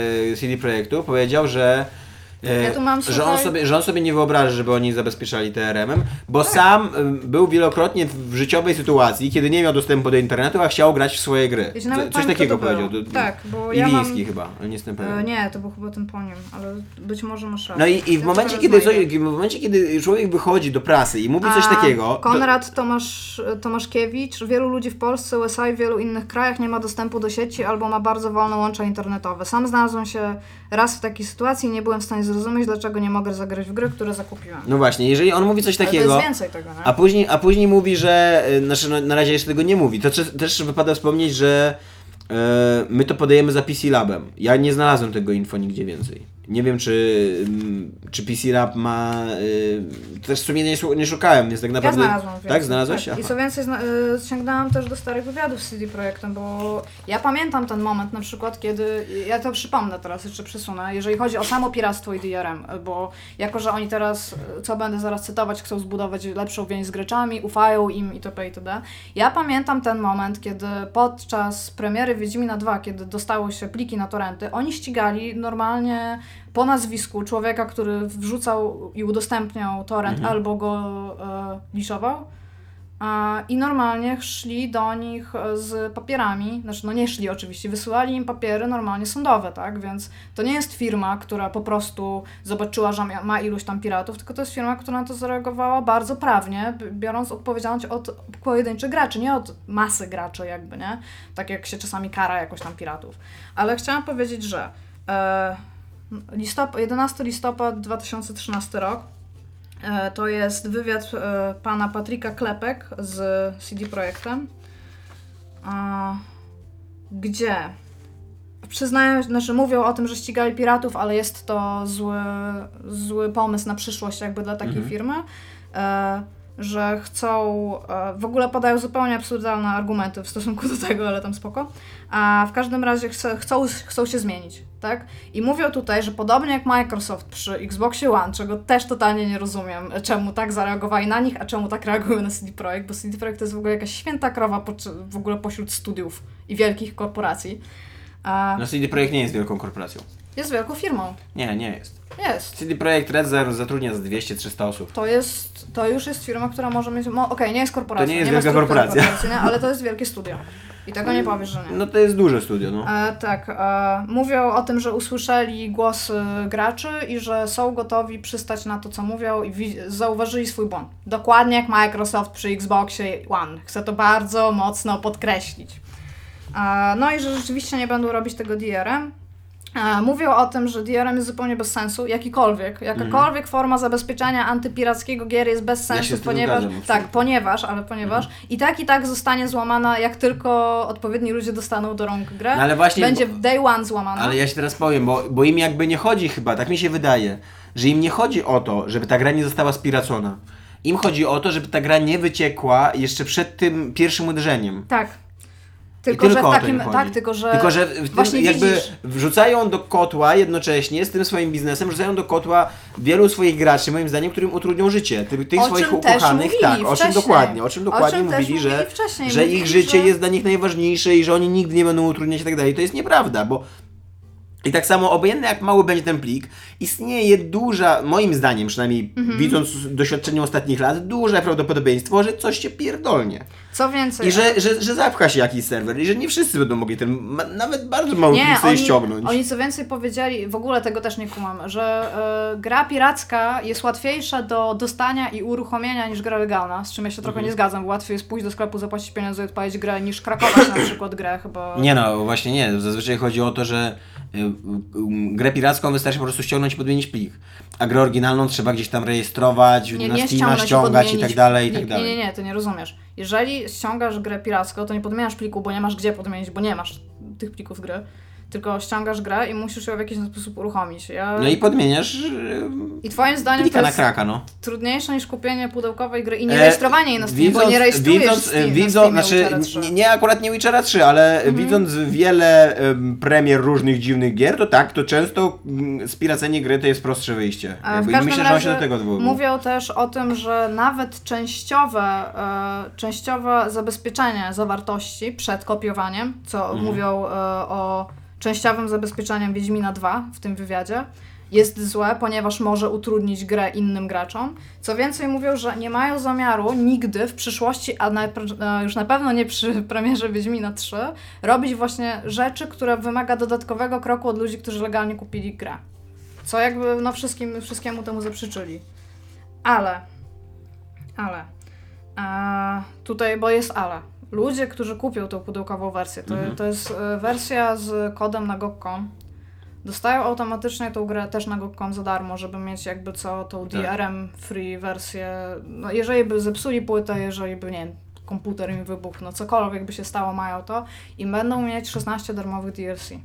C D Projektu powiedział, że Ja tu mam, że, on sobie, że on sobie nie wyobraża, żeby oni zabezpieczali T R M-em, bo tak. sam był wielokrotnie w życiowej sytuacji, kiedy nie miał dostępu do internetu, a chciał grać w swoje gry. Wiecie, Co, coś takiego powiedział. Do, tak, bo ja mam... chyba, ale nie jestem pewien. E, nie, to był chyba ten po nim, ale być może masz rację. No i, i w, momencie, kiedy coś, w momencie, kiedy człowiek wychodzi do prasy i mówi a coś takiego... Konrad to... Tomasz, Tomaszkiewicz, wielu ludzi w Polsce, U S A i w wielu innych krajach nie ma dostępu do sieci albo ma bardzo wolne łącza internetowe. Sam znalazłem się raz w takiej sytuacji i nie byłem w stanie zrozumieć, dlaczego nie mogę zagrać w gry, które zakupiłem. No właśnie, jeżeli on mówi coś takiego, to jest więcej tego, nie? A później, a później mówi, że, znaczy no, na razie jeszcze tego nie mówi, to też wypada wspomnieć, że e, my to podajemy za P C Labem. Ja nie znalazłem tego info nigdzie więcej. Nie wiem, czy, czy P C Lab ma... Yy, też w sumie nie, nie szukałem, więc tak naprawdę... Ja znalazłam. Tak? Znalazłeś? Tak. I co więcej, zna- y, sięgnęłam też do starych wywiadów z C D Projektem, bo ja pamiętam ten moment na przykład, kiedy... Ja to przypomnę teraz, jeszcze przesunę, jeżeli chodzi o samo piractwo i D R M, bo jako, że oni teraz, co będę zaraz cytować, chcą zbudować lepszą więź z graczami, ufają im itp. itd. Ja pamiętam ten moment, kiedy podczas premiery Wiedźmina dwa, kiedy dostało się pliki na torrenty, oni ścigali normalnie po nazwisku człowieka, który wrzucał i udostępniał torrent mhm. albo go e, liszował e, i normalnie szli do nich z papierami, znaczy no nie szli oczywiście, wysyłali im papiery normalnie sądowe, tak, więc to nie jest firma, która po prostu zobaczyła, że ma, ma iluś tam piratów, tylko to jest firma, która na to zareagowała bardzo prawnie, biorąc odpowiedzialność od pojedynczych graczy, nie od masy graczy jakby, nie, tak jak się czasami kara jakoś tam piratów, ale chciałam powiedzieć, że e, Listop- jedenastego listopada dwa tysiące trzynasty rok. E, to jest wywiad e, pana Patryka Klepek z C D Projektem, e, gdzie przyznają, znaczy mówią o tym, że ścigali piratów, ale jest to zły, zły pomysł na przyszłość jakby dla takiej mhm. firmy. E, że chcą, e, w ogóle podają zupełnie absurdalne argumenty w stosunku do tego, ale tam spoko, a w każdym razie chce, chcą, chcą się zmienić, tak? I mówią tutaj, że podobnie jak Microsoft przy Xboxie One, czego też totalnie nie rozumiem, czemu tak zareagowali na nich, a czemu tak reagują na C D Projekt, bo C D Projekt to jest w ogóle jakaś święta krowa po, w ogóle pośród studiów i wielkich korporacji. A No C D Projekt nie jest wielką korporacją. jest wielką firmą. Nie, nie jest. Jest. C D Projekt Red zatrudnia z dwieście trzysta osób. To jest, to już jest firma, która może mieć, mo, okej, nie jest korporacja. To nie jest ma wielka struktury korporacja. korporacyjnej, ale to jest wielkie studio. I tego nie powiesz, że nie. No to jest duże studio, no. E, tak, e, mówią o tym, że usłyszeli głosy graczy i że są gotowi przystać na to, co mówią i wi- zauważyli swój błąd. Dokładnie jak Microsoft przy Xboxie One. Chcę to bardzo mocno podkreślić. E, no i że rzeczywiście nie będą robić tego D R-em. E, mówią o tym, że D R M jest zupełnie bez sensu, jakikolwiek, jakakolwiek mm. forma zabezpieczania antypirackiego gier jest bez sensu, ja się ponieważ, zgadzam, tak, ponieważ, ale ponieważ mm. i tak i tak zostanie złamana, jak tylko odpowiedni ludzie dostaną do rąk grę, no ale właśnie, będzie bo, w day one złamana. Ale ja się teraz powiem, bo, bo im jakby nie chodzi chyba, tak mi się wydaje, że im nie chodzi o to, żeby ta gra nie została spiracona. Im chodzi o to, żeby ta gra nie wyciekła jeszcze przed tym pierwszym uderzeniem. Tak. Tylko, tylko że w takim, tak, tak, tylko że, tylko, że w tym właśnie jakby widzisz. wrzucają do kotła jednocześnie z tym swoim biznesem, wrzucają do kotła wielu swoich graczy, moim zdaniem, którym utrudnią życie. Tych, tych O swoich czym też ukochanych, mówili tak, o czym wcześniej. dokładnie, o czym dokładnie O czym też mówili, że, mówili wcześniej. że Mówili, ich życie że- jest dla nich najważniejsze i że oni nigdy nie będą utrudniać i tak dalej. To jest nieprawda, bo i tak samo, obojętnie jak mały będzie ten plik, istnieje duża, moim zdaniem przynajmniej, Mhm. widząc doświadczenie ostatnich lat, duże prawdopodobieństwo, że coś się pierdolnie. Co więcej... I że, że, że zapcha się jakiś serwer i że nie wszyscy będą mogli ten ma, nawet bardzo mały Nie, plik sobie oni, ściągnąć. oni co więcej powiedzieli, w ogóle tego też nie kumam, że y, gra piracka jest łatwiejsza do dostania i uruchomienia niż gra legalna, z czym ja się trochę Mhm. nie zgadzam, bo łatwiej jest pójść do sklepu, zapłacić pieniądze i odpalić grę niż krakować na przykład grę chyba. Nie no, właśnie nie. Zazwyczaj chodzi o to, że y, y, y, grę piracką wystarczy po prostu ściągnąć i podmienić plik. A grę oryginalną trzeba gdzieś tam rejestrować, Nie, na nie Steama ściągnąć i ściągać i podmienić tak dalej, i tak plik. dalej. Nie, nie, nie, ty nie rozumiesz. Jeżeli ściągasz grę piracką, to nie podmieniasz pliku, bo nie masz gdzie podmienić, bo nie masz tych plików gry. Tylko ściągasz grę i musisz ją w jakiś sposób uruchomić. Ja... No i podmieniasz yy, I twoim zdaniem plika to na jest kraka, no. trudniejsze niż kupienie pudełkowej gry i nie E, rejestrowanie jej na Steamie, bo nie rejestrujesz widząc, Steam, widząc, na Steamie znaczy, Witchera trzy. nie, nie akurat nie Witchera trzy, ale Mhm. widząc wiele um, premier różnych dziwnych gier, to tak, to często um, spiracenie gry to jest prostsze wyjście. A Jakby, w I każdym myślę, że on się razie do tego odwoływał. mówią też o tym, że nawet częściowe, e, częściowe zabezpieczenie zawartości przed kopiowaniem, co Mhm. mówią e, o częściowym zabezpieczeniu Wiedźmina dwa w tym wywiadzie, jest złe, ponieważ może utrudnić grę innym graczom. Co więcej, mówią, że nie mają zamiaru nigdy w przyszłości, a na, już na pewno nie przy premierze Wiedźmina trzy, robić właśnie rzeczy, które wymaga dodatkowego kroku od ludzi, którzy legalnie kupili grę. Co jakby no wszystkim, wszystkiemu temu zaprzeczyli. Ale, ale, e, tutaj, bo jest ale. Ludzie, którzy kupią tą pudełkową wersję, to, Mhm. to jest e, wersja z kodem na go kropka com, dostają automatycznie tą grę też na go kropka com za darmo, żeby mieć jakby co tą D R M free wersję. No, jeżeli by zepsuli płytę, jeżeli by, nie wiem, komputer im wybuchł, no cokolwiek by się stało, mają to i będą mieć szesnaście darmowych D L C.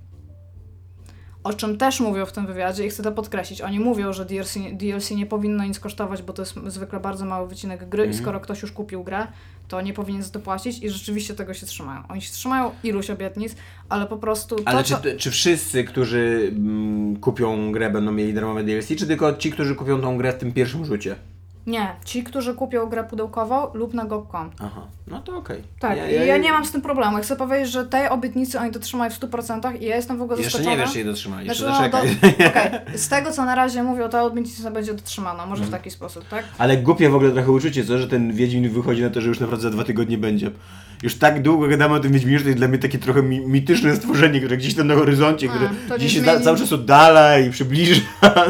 O czym też mówią w tym wywiadzie i chcę to podkreślić. Oni mówią, że D L C, D L C nie powinno nic kosztować, bo to jest zwykle bardzo mały wycinek gry Mhm. i skoro ktoś już kupił grę, to nie powinien za to płacić i rzeczywiście tego się trzymają. Oni się trzymają iluś obietnic, ale po prostu to, Ale czy, co... czy wszyscy, którzy mm, kupią grę, będą mieli darmowe D L C, czy tylko ci, którzy kupią tą grę w tym pierwszym rzucie? Nie, ci, którzy kupią grę pudełkową lub na go kropka com. Aha, no to okej. Tak, ja, ja, ja nie mam z tym problemu. Ja chcę powiedzieć, że tej obietnicy oni dotrzymają w stu procentach i ja jestem w ogóle Jeszcze zaskoczona. nie wiesz, czy jej dotrzyma, jeszcze Znaczy, no, zaczekaj. do, okay. Z tego, co na razie mówią, ta obietnica będzie dotrzymana. Może w taki sposób, tak? Ale głupie w ogóle trochę uczucie, co, że ten Wiedźmin wychodzi na to, że już naprawdę za dwa tygodnie będzie. Już tak długo gadamy o tym Wiedźminie, że to jest dla mnie takie trochę mi mityczne stworzenie, które gdzieś tam na horyzoncie, A, które to nie gdzieś się zmieni- da, cały czas oddala i przybliża.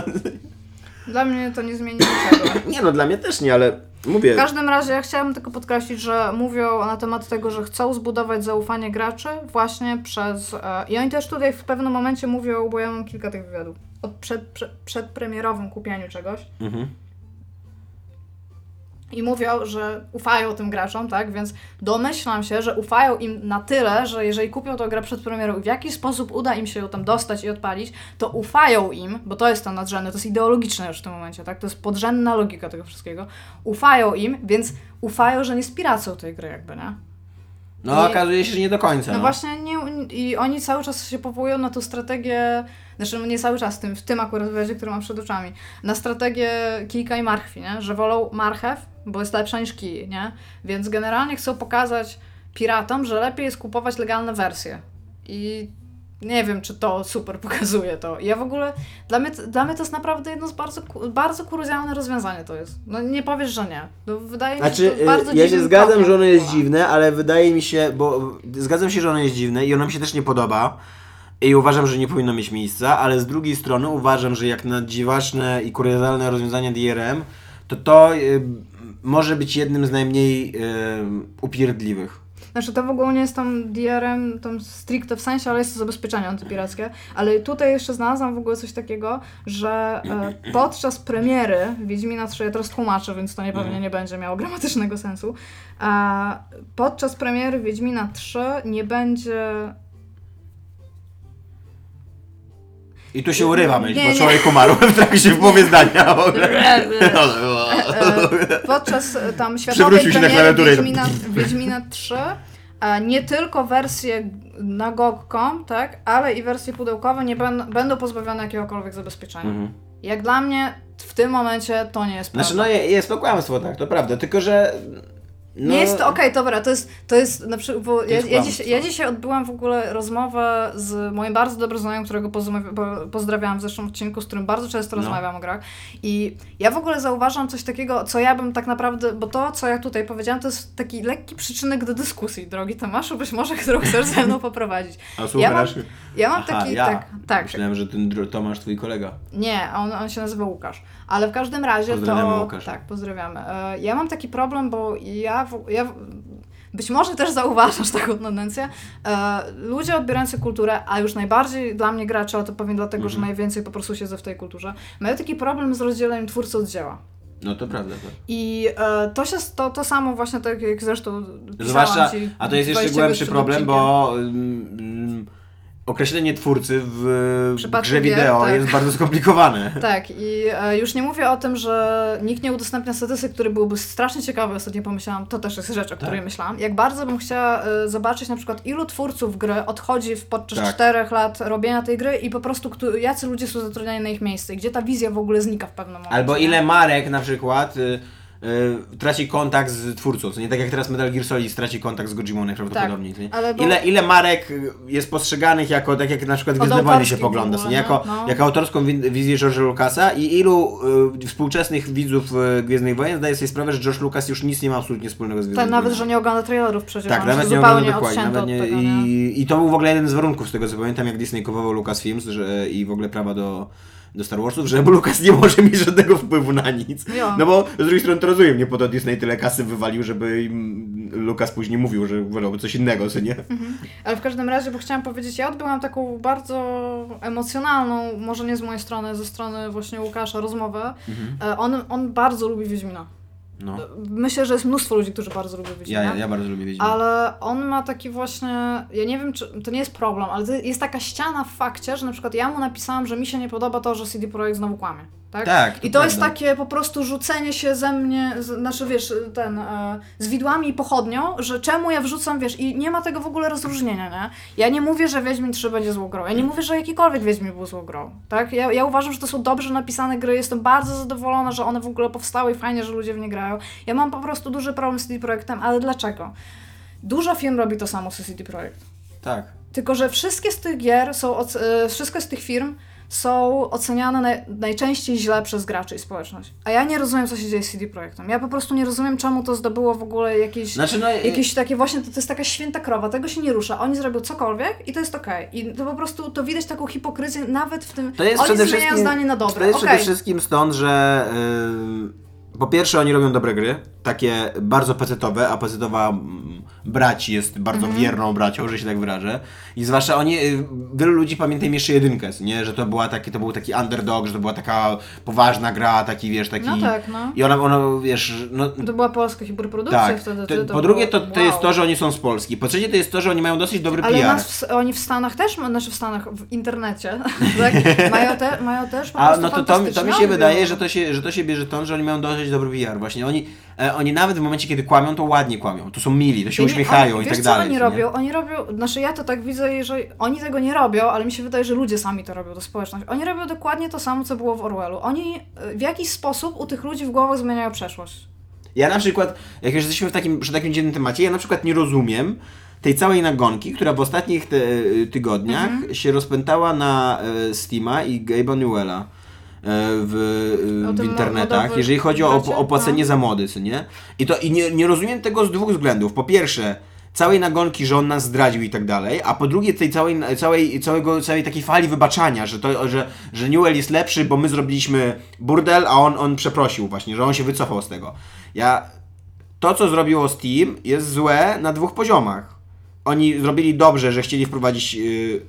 Dla mnie to nie zmieni niczego. Nie no, dla mnie też nie, ale mówię... W każdym razie ja chciałabym tylko podkreślić, że mówią na temat tego, że chcą zbudować zaufanie graczy właśnie przez... E, I oni też tutaj w pewnym momencie mówią, bo ja mam kilka tych wywiadów, o przed, przed, przedpremierowym kupieniu czegoś. Mhm. I mówią, że ufają tym graczom, tak? Więc domyślam się, że ufają im na tyle, że jeżeli kupią tę grę przed premierą i w jakiś sposób uda im się ją tam dostać i odpalić, to ufają im, bo to jest to nadrzędne, to jest ideologiczne już w tym momencie, tak? To jest podrzędna logika tego wszystkiego. Ufają im, więc ufają, że nie spiracą tej gry jakby, nie? No I, okazuje się, że nie do końca. No, no. właśnie nie, i oni cały czas się powołują na tą strategię, znaczy nie cały czas, w tym, w tym akurat wywiadzie, który mam przed oczami, na strategię kijka i marchwi, nie? Że wolą marchew, bo jest lepsza niż kij, nie? Więc generalnie chcą pokazać piratom, że lepiej jest kupować legalne wersje. I nie wiem, czy to super pokazuje to. Ja w ogóle, dla mnie, dla mnie to jest naprawdę jedno z bardzo, bardzo kuriozalne rozwiązanie to jest. No nie powiesz, że nie. No, wydaje mi się, Znaczy, że to bardzo ja się dziwnym zgadzam, krokiem że ono jest była. dziwne, ale wydaje mi się, bo zgadzam się, że ono jest dziwne i ono mi się też nie podoba i uważam, że nie powinno mieć miejsca, ale z drugiej strony uważam, że jak na dziwaczne i kuriozalne rozwiązanie D R M, to to y, może być jednym z najmniej y, upierdliwych. Znaczy to w ogóle nie jest tam D R M tam stricte w sensie, ale jest to zabezpieczenie antypirackie. Ale tutaj jeszcze znalazłam w ogóle coś takiego, że e, podczas premiery Wiedźmina trzy, ja teraz tłumaczę, więc to nie pewnie nie będzie miało gramatycznego sensu, e, podczas premiery Wiedźmina trzy nie będzie... I tu się urywa myśl, Nie, bo nie. człowiek umarł w trakcie w połowie zdania. W ogóle. E, podczas e, tam światowej Przewrócił się na premiery klawiaturę. Wiedźmina, Wiedźmina trzy e, nie tylko wersje na G O G kropka com, tak, ale i wersje pudełkowe nie ben, będą pozbawione jakiegokolwiek zabezpieczenia. Mhm. Jak dla mnie w tym momencie to nie jest prawda. Znaczy, no je- jest to kłamstwo, tak, to prawda, tylko że... No, Nie jest to, okej, dobra, to jest, to jest na przykład, bo ja, jest ja, dziś, kłamstwo. ja dzisiaj odbyłam w ogóle rozmowę z moim bardzo dobrym znajomym, którego pozdrawiam, po- pozdrawiałam w zeszłym odcinku, z którym bardzo często No. rozmawiam o grach i ja w ogóle zauważam coś takiego, co ja bym tak naprawdę, bo to, co ja tutaj powiedziałam, to jest taki lekki przyczynek do dyskusji, drogi Tomaszu, być może, którą chcesz ze mną poprowadzić. A Ja słuchasz? mam, ja mam Aha, taki, ja. tak, tak, Myślałem, że ten dro- Tomasz twój kolega. nie, on, on się nazywa Łukasz. Ale w każdym razie Pozdrawiamy to... Łukasza. Tak, pozdrawiamy. E, Ja mam taki problem, bo ja... w- ja w- być może też zauważasz taką tendencję. E, ludzie odbierający kulturę, a już najbardziej dla mnie gracze, ale to powiem dlatego, Mhm. że najwięcej po prostu siedzę w tej kulturze, mają taki problem z rozdzieleniem twórcy od dzieła. No to prawda, tak. I e, to się, to, to samo właśnie tak jak zresztą pisałam Zwłaszcza, ci a to jest jeszcze dwadzieścia głębszy przed problem, odcinkiem. bo mm, mm, określenie twórcy w przypadku grze gier, wideo tak. jest bardzo skomplikowane. Tak, i e, już nie mówię o tym, że nikt nie udostępnia statystyk, który byłby strasznie ciekawy, ostatnio pomyślałam, to też jest rzecz, o której Tak. myślałam. Jak bardzo bym chciała e, zobaczyć na przykład, ilu twórców gry odchodzi w, podczas Tak. czterech lat robienia tej gry i po prostu któ- jacy ludzie są zatrudniani na ich miejsce i gdzie ta wizja w ogóle znika w pewnym momencie. Albo nie? ile marek na przykład y, y, traci kontakt z twórcą, co nie tak jak teraz Metal Gear Solid straci kontakt z Kojimą najprawdopodobniej. co nie? ale bo- Ile, ile marek y, jest postrzeganych jako, tak jak na przykład Od Gwiezdne Wojny się autorskich pogląda, w co ogóle, nie? jako, no. jako autorską wi- wizję George'a Lucasa i ilu y, współczesnych widzów y, Gwiezdnych Wojen zdaje sobie sprawę, że George Lucas już nic nie ma absolutnie wspólnego z Gwiezdnymi Tak, nawet, Wojnami. że nie ogląda trailerów przecież, Tak, on nawet się nie zupełnie oglądam dokładnie. odcięto Nawet nie, od tego, nie? i, I to był w ogóle jeden z warunków z tego, co pamiętam, jak Disney kupował Lucasfilms że, i w ogóle prawa do, do Star Warsów, że Lucas nie może mieć żadnego wpływu na nic. Jo. No bo z drugiej strony to rozumiem, nie po to Disney tyle kasy wywalił, żeby im Lucas później mówił, że wolałby coś innego, co nie? Ale w każdym razie, bo chciałam powiedzieć, ja odbyłam taką bardzo emocjonalną, może nie z mojej strony, ze strony właśnie Łukasza, rozmowę. Mhm. E, On, on bardzo lubi Wiedźmina. No. Myślę, że jest mnóstwo ludzi, którzy bardzo lubią Wiedźmina. Ja, ja, ja bardzo lubię Wiedźmina. Ale on ma taki właśnie, ja nie wiem, czy to nie jest problem, ale to jest taka ściana w fakcie, że na przykład ja mu napisałam, że mi się nie podoba to, że C D Projekt znowu kłamie. Tak? Tak, to I to jest prawda. takie po prostu rzucenie się ze mnie, z, znaczy wiesz, ten, e, z widłami i pochodnią, że czemu ja wrzucam, wiesz, i nie ma tego w ogóle rozróżnienia, nie? Ja nie mówię, że Wiedźmin trzy będzie złą grą, ja nie mówię, że jakikolwiek Wiedźmin był złą grą, tak? Ja, ja uważam, że to są dobrze napisane gry, jestem bardzo zadowolona, że one w ogóle powstały i fajnie, że ludzie w nie grają. Ja mam po prostu duży problem z C D Projektem, ale dlaczego? Dużo firm robi to samo z C D Projekt. Tak. Tylko że wszystkie z tych gier są, oc- e, wszystkie z tych firm są oceniane naj- najczęściej źle przez graczy i społeczność. A ja nie rozumiem, co się dzieje z C D Projektem. Ja po prostu nie rozumiem, czemu to zdobyło w ogóle jakieś, Znaczy, no, jakieś takie właśnie, to, to jest taka święta krowa, tego się nie rusza. Oni zrobią cokolwiek i to jest okej. I to po prostu, to widać taką hipokryzję nawet w tym, To jest oni przede zmieniają wszystkim, zdanie na To dobre, jest okej. przede wszystkim stąd, że yy, po pierwsze oni robią dobre gry, takie bardzo pecetowe, a pecetowa mm, braci jest bardzo Mhm. wierną bracią, że się tak wyrażę. I zwłaszcza oni, y, wielu ludzi pamięta im jeszcze jedynkę, nie? Że to była taki, to był taki underdog, że to była taka poważna gra, taki wiesz, taki... No tak, no. I ona, ona wiesz, no... To była polska hiperprodukcja Tak, wtedy. to, to po było- drugie to, to wow. jest to, że oni są z Polski. Po trzecie to jest to, że oni mają dosyć dobry Ale P R. nas w, oni w Stanach też, ma- znaczy w Stanach, w internecie, tak? mają, te, mają też po A prostu no to, to, fantastycznie to mi się odbiór. wydaje, że to się, że to się bierze stąd, że oni mają dosyć dobry P R. Właśnie oni, e, oni nawet w momencie, kiedy kłamią, to ładnie kłamią. To są mili, to się Ja nie- uśmiechają oni, i wiesz, tak co dalej. oni co nie? robią? Oni robią, znaczy ja to tak widzę, że oni tego nie robią, ale mi się wydaje, że ludzie sami to robią, to społeczność. Oni robią dokładnie to samo, co było w Orwellu. Oni e, w jakiś sposób u tych ludzi w głowach zmieniają przeszłość. Ja na przykład, jak już jesteśmy w takim, przy takim dziwnym temacie, ja na przykład nie rozumiem tej całej nagonki, która w ostatnich te, tygodniach Mhm. się rozpętała na e, Steama i Gabe'a Newella e, w, O e, w tym internetach, modowy jeżeli chodzi o bracie? opłacenie No. za mody, co nie? I to i nie, nie rozumiem tego z dwóch względów. Po pierwsze, całej nagonki, że on nas zdradził i tak dalej, a po drugie tej całej, całej, całego, całej takiej fali wybaczania, że, to, że, że Newell jest lepszy, bo my zrobiliśmy burdel, a on, on przeprosił właśnie, że on się wycofał z tego. Ja... To, co zrobiło Steam, jest złe na dwóch poziomach. Oni zrobili dobrze, że chcieli wprowadzić yy,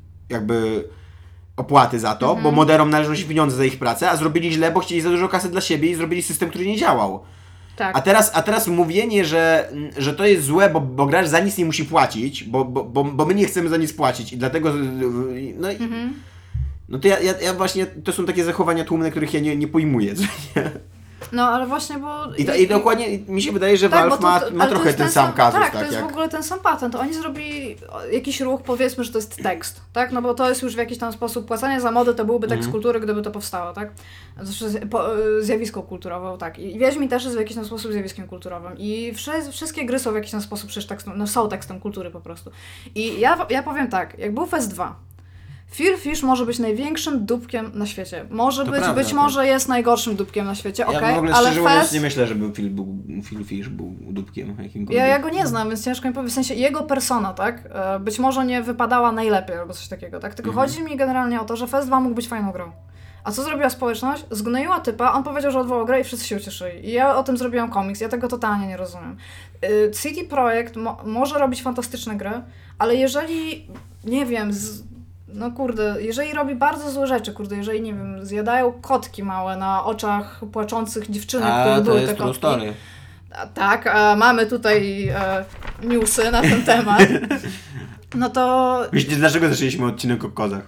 jakby opłaty za to, bo moderom należą się pieniądze za ich pracę, a zrobili źle, bo chcieli za dużo kasy dla siebie i zrobili system, który nie działał. Tak. A teraz, a teraz mówienie, że, że to jest złe, bo, bo gracz za nic nie musi płacić, bo, bo, bo, bo my nie chcemy za nic płacić i dlatego... No, i, Mhm. no to ja, ja, ja właśnie, to są takie zachowania tłumne, których ja nie, nie pojmuję. co nie? No ale właśnie, bo... I, to, I dokładnie mi się wydaje, że Tak, Valve bo to- ma, ale ma to trochę jest ten sam kazus. Tak, tak to jest jak... w ogóle ten sam patent. Oni zrobili jakiś ruch, powiedzmy, że to jest tekst, tak? No bo to jest już w jakiś tam sposób płacenie za modę, to byłby tekst Mhm. kultury, gdyby to powstało, tak? Znaczy z- po, zjawisko kulturowe, tak. I Wiedźmin też jest w jakiś tam sposób zjawiskiem kulturowym. I wszy, wszystkie gry są w jakiś tam sposób przecież tekstem, no są tekstem kultury po prostu. I ja, ja powiem tak, jak był Fest dwa, Fear Fish może być największym dupkiem na świecie. Może To być, prawda, być to- może jest najgorszym dupkiem na świecie, Ja okej, w ogóle ale szczerze mówiąc Fest... nie myślę, żeby Phil, był, Phil Fish był dupkiem jakimkolwiek. Ja, ja go nie znam, więc ciężko mi powiedzieć. W sensie jego persona, tak? E, Być może nie wypadała najlepiej albo coś takiego, tak? Tylko Mhm. chodzi mi generalnie o to, że Fest dwa mógł być fajną grą. A co zrobiła społeczność? Zgnoiła typa, on powiedział, że odwołał grę i wszyscy się ucieszyli. I ja o tym zrobiłam komiks, ja tego totalnie nie rozumiem. Y, C D Projekt mo- może robić fantastyczne gry, ale jeżeli, nie wiem, z, no kurde, jeżeli robi bardzo złe rzeczy, kurde, jeżeli, nie wiem, zjadają kotki małe na oczach płaczących dziewczynek, A które to były jest te true kotki. story. A, tak, a mamy tutaj e, newsy na ten temat. No to, Wiecie, dlaczego zaczęliśmy odcinek o kozach?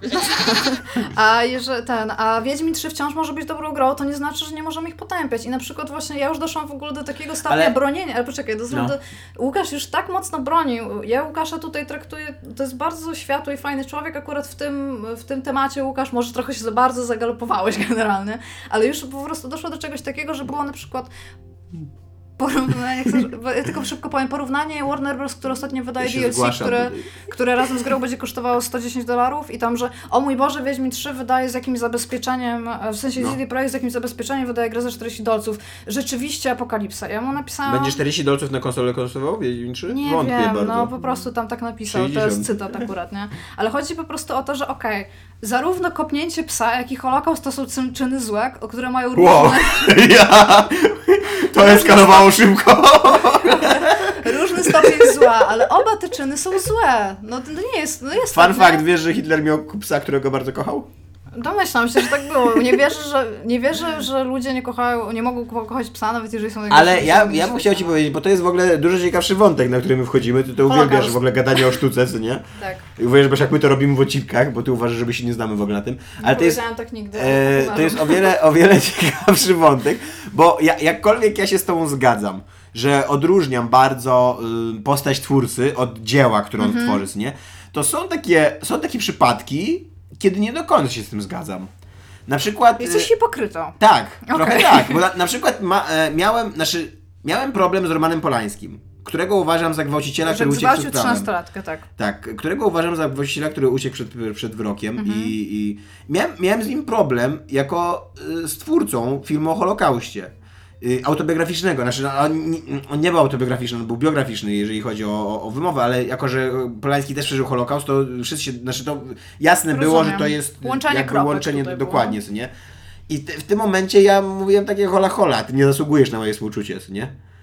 a jeżeli ten, a Wiedźmin trzy wciąż może być dobrą grą, to nie znaczy, że nie możemy ich potępiać. I na przykład właśnie ja już doszłam w ogóle do takiego stopnia Ale- bronienia, ale poczekaj, do, No. do, Łukasz już tak mocno bronił. Ja Łukasza tutaj traktuję, to jest bardzo światły i fajny człowiek, akurat w tym, w tym temacie, Łukasz, może trochę się za bardzo zagalopowałeś generalnie, ale już po prostu doszło do czegoś takiego, że było na przykład porównanie, chcesz, bo ja tylko szybko powiem, porównanie Warner Bros., które ostatnio wydaje Ja się D L C, zgłaszam które, tutaj. które razem z grą będzie kosztowało sto dziesięć dolarów i tam, że o mój Boże, Wiedźmin trzy wydaje z jakimś zabezpieczeniem, w sensie No. C D Projekt z jakimś zabezpieczeniem wydaje grę za czterdzieści dolców. Rzeczywiście apokalipsa. Ja mu napisałam... Będzie czterdzieści dolców na konsolę kosztował? Wiedźmin trzy? Nie Wątpię wiem, bardzo. no po prostu tam tak napisał, to jest sześćdziesiąt. cytat akurat, nie? Ale chodzi po prostu o to, że okej, zarówno kopnięcie psa, jak i Holokaust to są czyn- czyny złe, o które mają różne... Wow, ja! To eskalowało szybko! Różny stopień zła, ale oba te czyny są złe. No to nie jest, no jest Fun tak, fact, nie? wiesz, że Hitler miał psa, którego bardzo kochał? Domyślam się, że tak było. Nie wierzę, że, nie wierzę, że ludzie nie kochają, nie mogą kochać psa, nawet jeżeli są... Ale jakieś- ja, jakieś- ja bym chciał Ci powiedzieć, bo to jest w ogóle dużo ciekawszy wątek, na który my wchodzimy. Ty to Holokaust. uwielbiasz w ogóle gadanie o sztuce, co nie? Tak. I uważasz, jak my to robimy w odcinkach, bo Ty uważasz, że my się nie znamy w ogóle na tym. Ale to jest, Powiedziałam tak nigdy. e, to jest o wiele, o wiele ciekawszy wątek, bo ja, jakkolwiek ja się z Tobą zgadzam, że odróżniam bardzo y, postać twórcy od dzieła, które on tworzy, co nie? To są takie, są takie przypadki, kiedy nie do końca się z tym zgadzam. Na przykład... Jesteś hipokrytą. Tak, trochę Okej. tak, bo na, na przykład ma, e, miałem, znaczy, miałem problem z Romanem Polańskim, którego uważam za gwałciciela, Że który uciekł gwałcił przed prawem. trzynastolatkę, tak. Tak, którego uważam za gwałciciela, który uciekł przed, przed wyrokiem Mhm. i, i miałem, miałem z nim problem jako y, z twórcą filmu o Holokauście. Y, autobiograficznego, znaczy no, on, nie- on nie był autobiograficzny, on był biograficzny, jeżeli chodzi o, o, o wymowę, ale jako, że Polański też przeżył Holokaust, to wszyscy się, znaczy to jasne było, Rozumiem. że to jest Łączenie jakby kropek łączenie tutaj dokładnie, co nie? I te, w tym momencie ja mówiłem takie hola hola, ty nie zasługujesz na moje współczucie, co nie?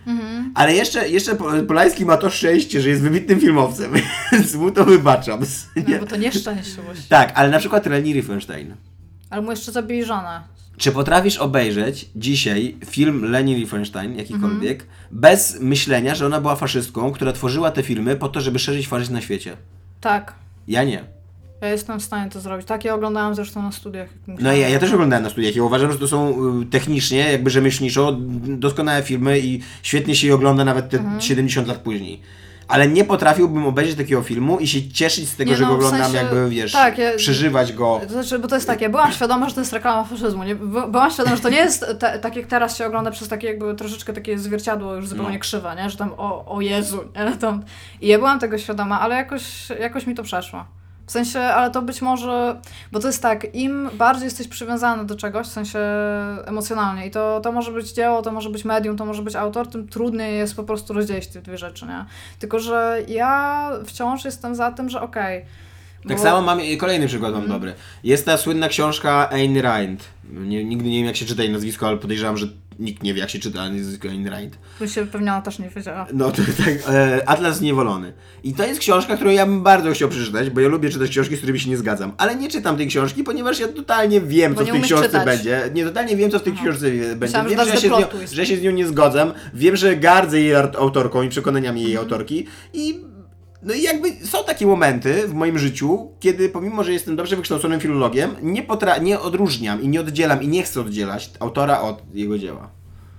Mhm. Ale jeszcze, jeszcze Polański ma to szczęście, że jest wybitnym filmowcem, więc mu to wybaczam. No bo to nieszczęście właśnie. Tak, ale na przykład Leni Riefenstein. Ale mu jeszcze zabili żonę. Czy potrafisz obejrzeć dzisiaj film Leni Riefenstein, jakikolwiek, mhm. bez myślenia, że ona była faszystką, która tworzyła te filmy po to, żeby szerzyć faszyzm na świecie? Tak. Ja nie. Ja jestem w stanie to zrobić. Tak, ja oglądałam zresztą na studiach. No ja, ja też oglądałem na studiach i uważam, że to są technicznie, jakby rzemieślniczo doskonałe filmy i świetnie się je ogląda nawet te mhm. siedemdziesiąt lat później. Ale nie potrafiłbym obejrzeć takiego filmu i się cieszyć z tego, nie, że no, go oglądam, w sensie, jakby, wiesz, tak, ja, przeżywać go. To znaczy, bo to jest tak, ja byłam świadoma, że to jest reklama faszyzmu. Nie? Byłam świadoma, że to nie jest te, tak, jak teraz się ogląda przez takie jakby troszeczkę takie zwierciadło już zupełnie no. krzywe, nie? Że tam o, o Jezu, nie? Tam, i ja byłam tego świadoma, ale jakoś, jakoś mi to przeszło. W sensie, ale to być może, bo to jest tak, im bardziej jesteś przywiązany do czegoś, w sensie emocjonalnie i to, to może być dzieło, to może być medium, to może być autor, tym trudniej jest po prostu rozdzielić te dwie rzeczy, nie? Tylko, że ja wciąż jestem za tym, że okej. Okay, tak bo... samo mam, kolejny przykład mam mm. dobry. Jest ta słynna książka Ayn Rand. Nie, nigdy nie wiem, jak się czyta jej nazwisko, ale podejrzewam, że nikt nie wie, jak się czyta nazwisko Ayn Rand. Tu się pewnie ona też nie wiedziała. No to tak, e, Atlas Zniewolony. I to jest książka, którą ja bym bardzo chciał przeczytać, bo ja lubię czytać książki, z którymi się nie zgadzam. Ale nie czytam tej książki, ponieważ ja totalnie wiem, bo co w tej książce czytać. będzie. Nie, totalnie wiem, co w tej Aha. książce będzie. Myślałam, wiem, że, że, ja się nią, że się z nią nie zgodzam. Wiem, że gardzę jej autorką i przekonaniami jej mhm. autorki. I no i jakby są takie momenty w moim życiu, kiedy pomimo, że jestem dobrze wykształconym filologiem, nie, potra- nie odróżniam i nie oddzielam i nie chcę oddzielać autora od jego dzieła.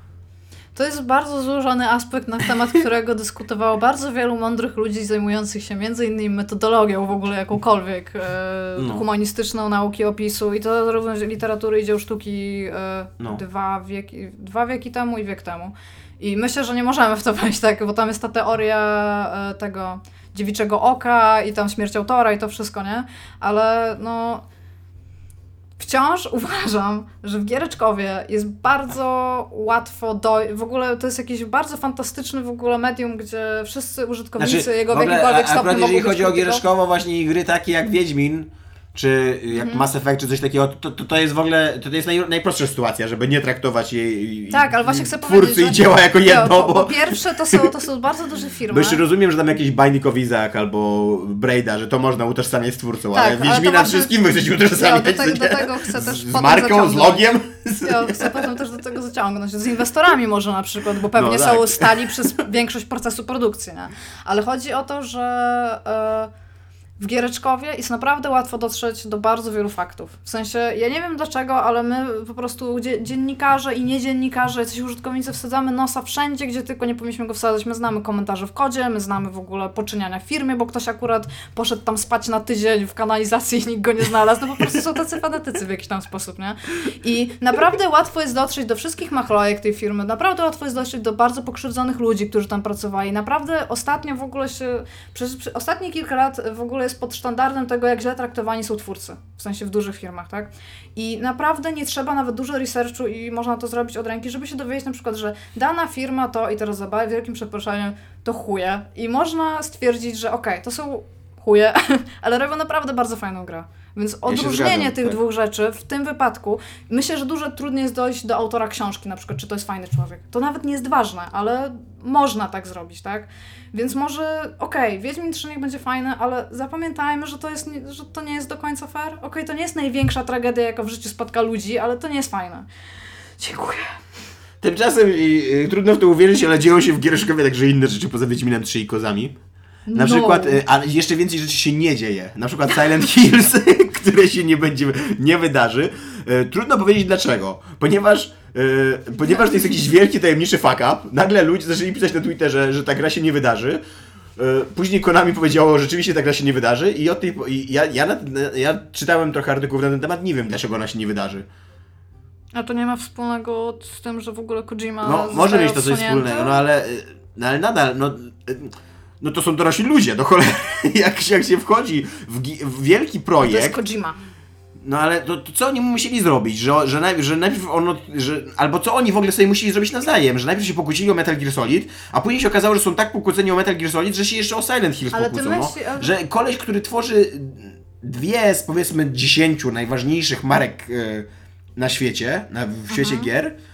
To jest bardzo złożony aspekt, na temat którego dyskutowało bardzo wielu mądrych ludzi zajmujących się między innymi metodologią w ogóle jakąkolwiek, e, no. humanistyczną, nauki opisu i to również literatury i dzieł sztuki e, no. dwa, wieki, dwa wieki temu i wiek temu. I myślę, że nie możemy w to wejść, tak, bo tam jest ta teoria e, tego dziewiczego oka i tam śmierć autora i to wszystko, nie? Ale no... Wciąż uważam, że w Giereczkowie jest bardzo łatwo do... W ogóle to jest jakiś bardzo fantastyczny w ogóle medium, gdzie wszyscy użytkownicy znaczy, jego w, w ogóle, jakimkolwiek a, stopniu mogą jeżeli chodzi o krytyką. Giereczkowo, właśnie gry takie jak Wiedźmin, czy jak hmm. Mass Effect, czy coś takiego, to, to, to jest w ogóle, to jest naj, najprostsza sytuacja, żeby nie traktować jej tak, ale właśnie chcę twórcy powiedzieć, i dzieła jako jedno, bo, bo... Po pierwsze, to są, to są bardzo duże firmy. Bo jeszcze rozumiem, że tam jakiś Binding of Isaac albo Braida, że to można utożsamiać z twórcą, tak, ale Wiedźmina z wszystkim wy chcecie utożsamiać. Ja, do, te, do tego chcę też z, z marką, zaciągnąć. z logiem? Ja chcę potem też do tego zaciągnąć. Z inwestorami może na przykład, bo pewnie no, tak. są stali przez większość procesu produkcji, nie? Ale chodzi o to, że... Yy, w Giereczkowie jest naprawdę łatwo dotrzeć do bardzo wielu faktów. W sensie, ja nie wiem dlaczego, ale my po prostu dziennikarze i niedziennikarze, jacyś użytkownicy wsadzamy nosa wszędzie, gdzie tylko nie powinniśmy go wsadzać. My znamy komentarze w kodzie, my znamy w ogóle poczyniania w firmie, bo ktoś akurat poszedł tam spać na tydzień w kanalizacji i nikt go nie znalazł. No po prostu są tacy fanatycy w jakiś tam sposób, nie? I naprawdę łatwo jest dotrzeć do wszystkich machlojek tej firmy, naprawdę łatwo jest dotrzeć do bardzo pokrzywdzonych ludzi, którzy tam pracowali. Naprawdę ostatnio w ogóle się, przez, przez ostatnie kilka lat w ogóle jest pod sztandarem tego, jak źle traktowani są twórcy, w sensie w dużych firmach, tak? I naprawdę nie trzeba nawet dużo researchu i można to zrobić od ręki, żeby się dowiedzieć na przykład, że dana firma to, i teraz za wielkim przeproszeniem, to chuje. I można stwierdzić, że okej, okay, to są chuje, ale robią naprawdę bardzo fajną grę. Więc odróżnienie ja zgadzam, tych tak. dwóch rzeczy w tym wypadku, myślę, że dużo trudniej jest dojść do autora książki, na przykład, czy to jest fajny człowiek. To nawet nie jest ważne, ale można tak zrobić, tak? Więc może, okej, okay, Wiedźmin trzy niech będzie fajny, ale zapamiętajmy, że to, jest, że to nie jest do końca fair. Okej, okay, to nie jest największa tragedia, jaka w życiu spotka ludzi, ale to nie jest fajne. Dziękuję. Tymczasem i, i, trudno w to uwierzyć, ale dzieją się w Giereszkowie także inne rzeczy poza Wiedźminem trzy i kozami. Na no. przykład, a jeszcze więcej rzeczy się nie dzieje. Na przykład Silent Hills, które się nie będzie, nie wydarzy. Trudno powiedzieć dlaczego. Ponieważ, ponieważ to jest jakiś wielki, tajemniczy fuck up. Nagle ludzie zaczęli pisać na Twitterze, że ta gra się nie wydarzy. Później Konami powiedziało, że rzeczywiście ta gra się nie wydarzy. I od tej, i ja, ja, ja czytałem trochę artykułów na ten temat, nie wiem dlaczego ona się nie wydarzy. A to nie ma wspólnego z tym, że w ogóle Kojima No może mieć to coś wspólnego, no ale, no ale nadal, no... No to są dorośli ludzie, do cholery. Jak, jak się wchodzi w, w wielki projekt... No to jest Kojima. No ale to, to co oni musieli zrobić? Że, że, najpierw, że najpierw ono... Że, albo co oni w ogóle sobie musieli zrobić nawzajem? Że najpierw się pokłócili o Metal Gear Solid, a później się okazało, że są tak pokłóceni o Metal Gear Solid, że się jeszcze o Silent Hills ale pokłócą. Myśli, ale... Że koleś, który tworzy dwie z powiedzmy dziesięciu najważniejszych marek e, na świecie, na, w świecie Aha. gier,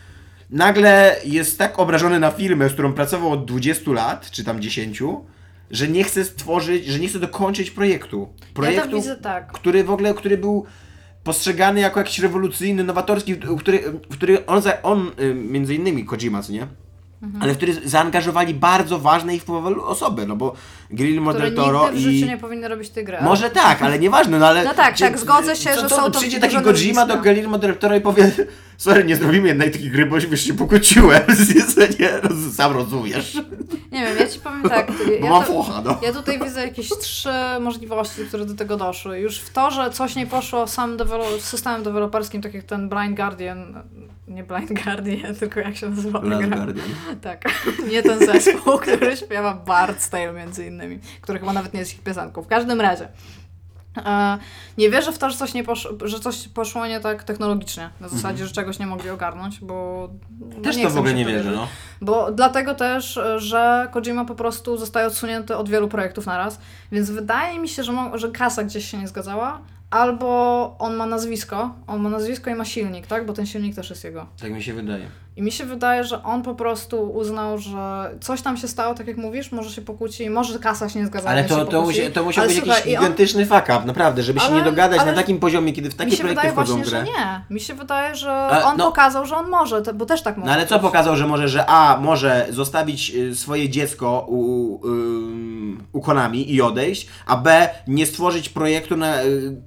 nagle jest tak obrażony na firmę, z którą pracował od dwudziestu lat, czy tam dziesięciu, że nie chce stworzyć, że nie chce dokończyć projektu. Projektu, ja to widzę tak. który w ogóle, który był postrzegany jako jakiś rewolucyjny, nowatorski, w który, w który on, za, on między innymi Kojima, co nie? Mhm. Ale w który zaangażowali bardzo ważne i wpływowe osoby, no bo Guillermo del Toro nigdy w życiu nie powinny robić tej gry. Może tak, ale nieważne, no ale... No tak, tak, zgodzę się, co, że co, są to... Przyjdzie taki Kojima do Guillermo del Toro i powie sorry, nie zrobimy jednej takiej gry, bo już się pokłóciłem, nie, sam rozumiesz. Nie wiem, ja ci powiem tak, ja, mam to, focha, no. ja tutaj widzę jakieś trzy możliwości, które do tego doszły. Już w to, że coś nie poszło sam dewelo- systemem deweloperskim, tak jak ten Blind Guardian, nie Blind Guardian, tylko jak się nazywa? Blind Guardian. Tak, nie ten zespół, który śpiewa Bard's Tale między innymi, który chyba nawet nie jest ich piosenką. W każdym razie. E, nie wierzę w to, że coś, nie posz- że coś poszło nie tak technologicznie, na zasadzie, mhm. że czegoś nie mogli ogarnąć, bo... Też nie to w ogóle nie wierzę, wierzę, no. Bo dlatego też, że Kojima po prostu zostaje odsunięty od wielu projektów naraz, więc wydaje mi się, że, mo- że kasa gdzieś się nie zgadzała, albo on ma nazwisko, on ma nazwisko i ma silnik, tak? Bo ten silnik też jest jego. Tak mi się wydaje. I mi się wydaje, że on po prostu uznał, że coś tam się stało, tak jak mówisz, może się pokłóci, może kasa się nie zgadza. Ale to, to, musi, to musiał być jakiś gigantyczny on... fuck up, naprawdę, żeby ale, się nie dogadać na takim poziomie, kiedy w takie projekty wchodzą w grę. Mi się wydaje właśnie, że nie. Mi się wydaje, że a, on no, pokazał, że on może, to, bo też tak może. No ale co pokazał, że może, że a, może zostawić swoje dziecko u, u, u Konami i odejść, a b, nie stworzyć projektu na...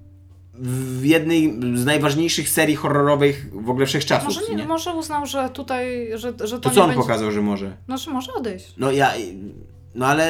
w jednej z najważniejszych serii horrorowych w ogóle wszechczasów. Może nie, nie? Może uznał, że tutaj, że, że to, to nie co on będzie... pokazał, że może? No, że może odejść. No ja, no ale...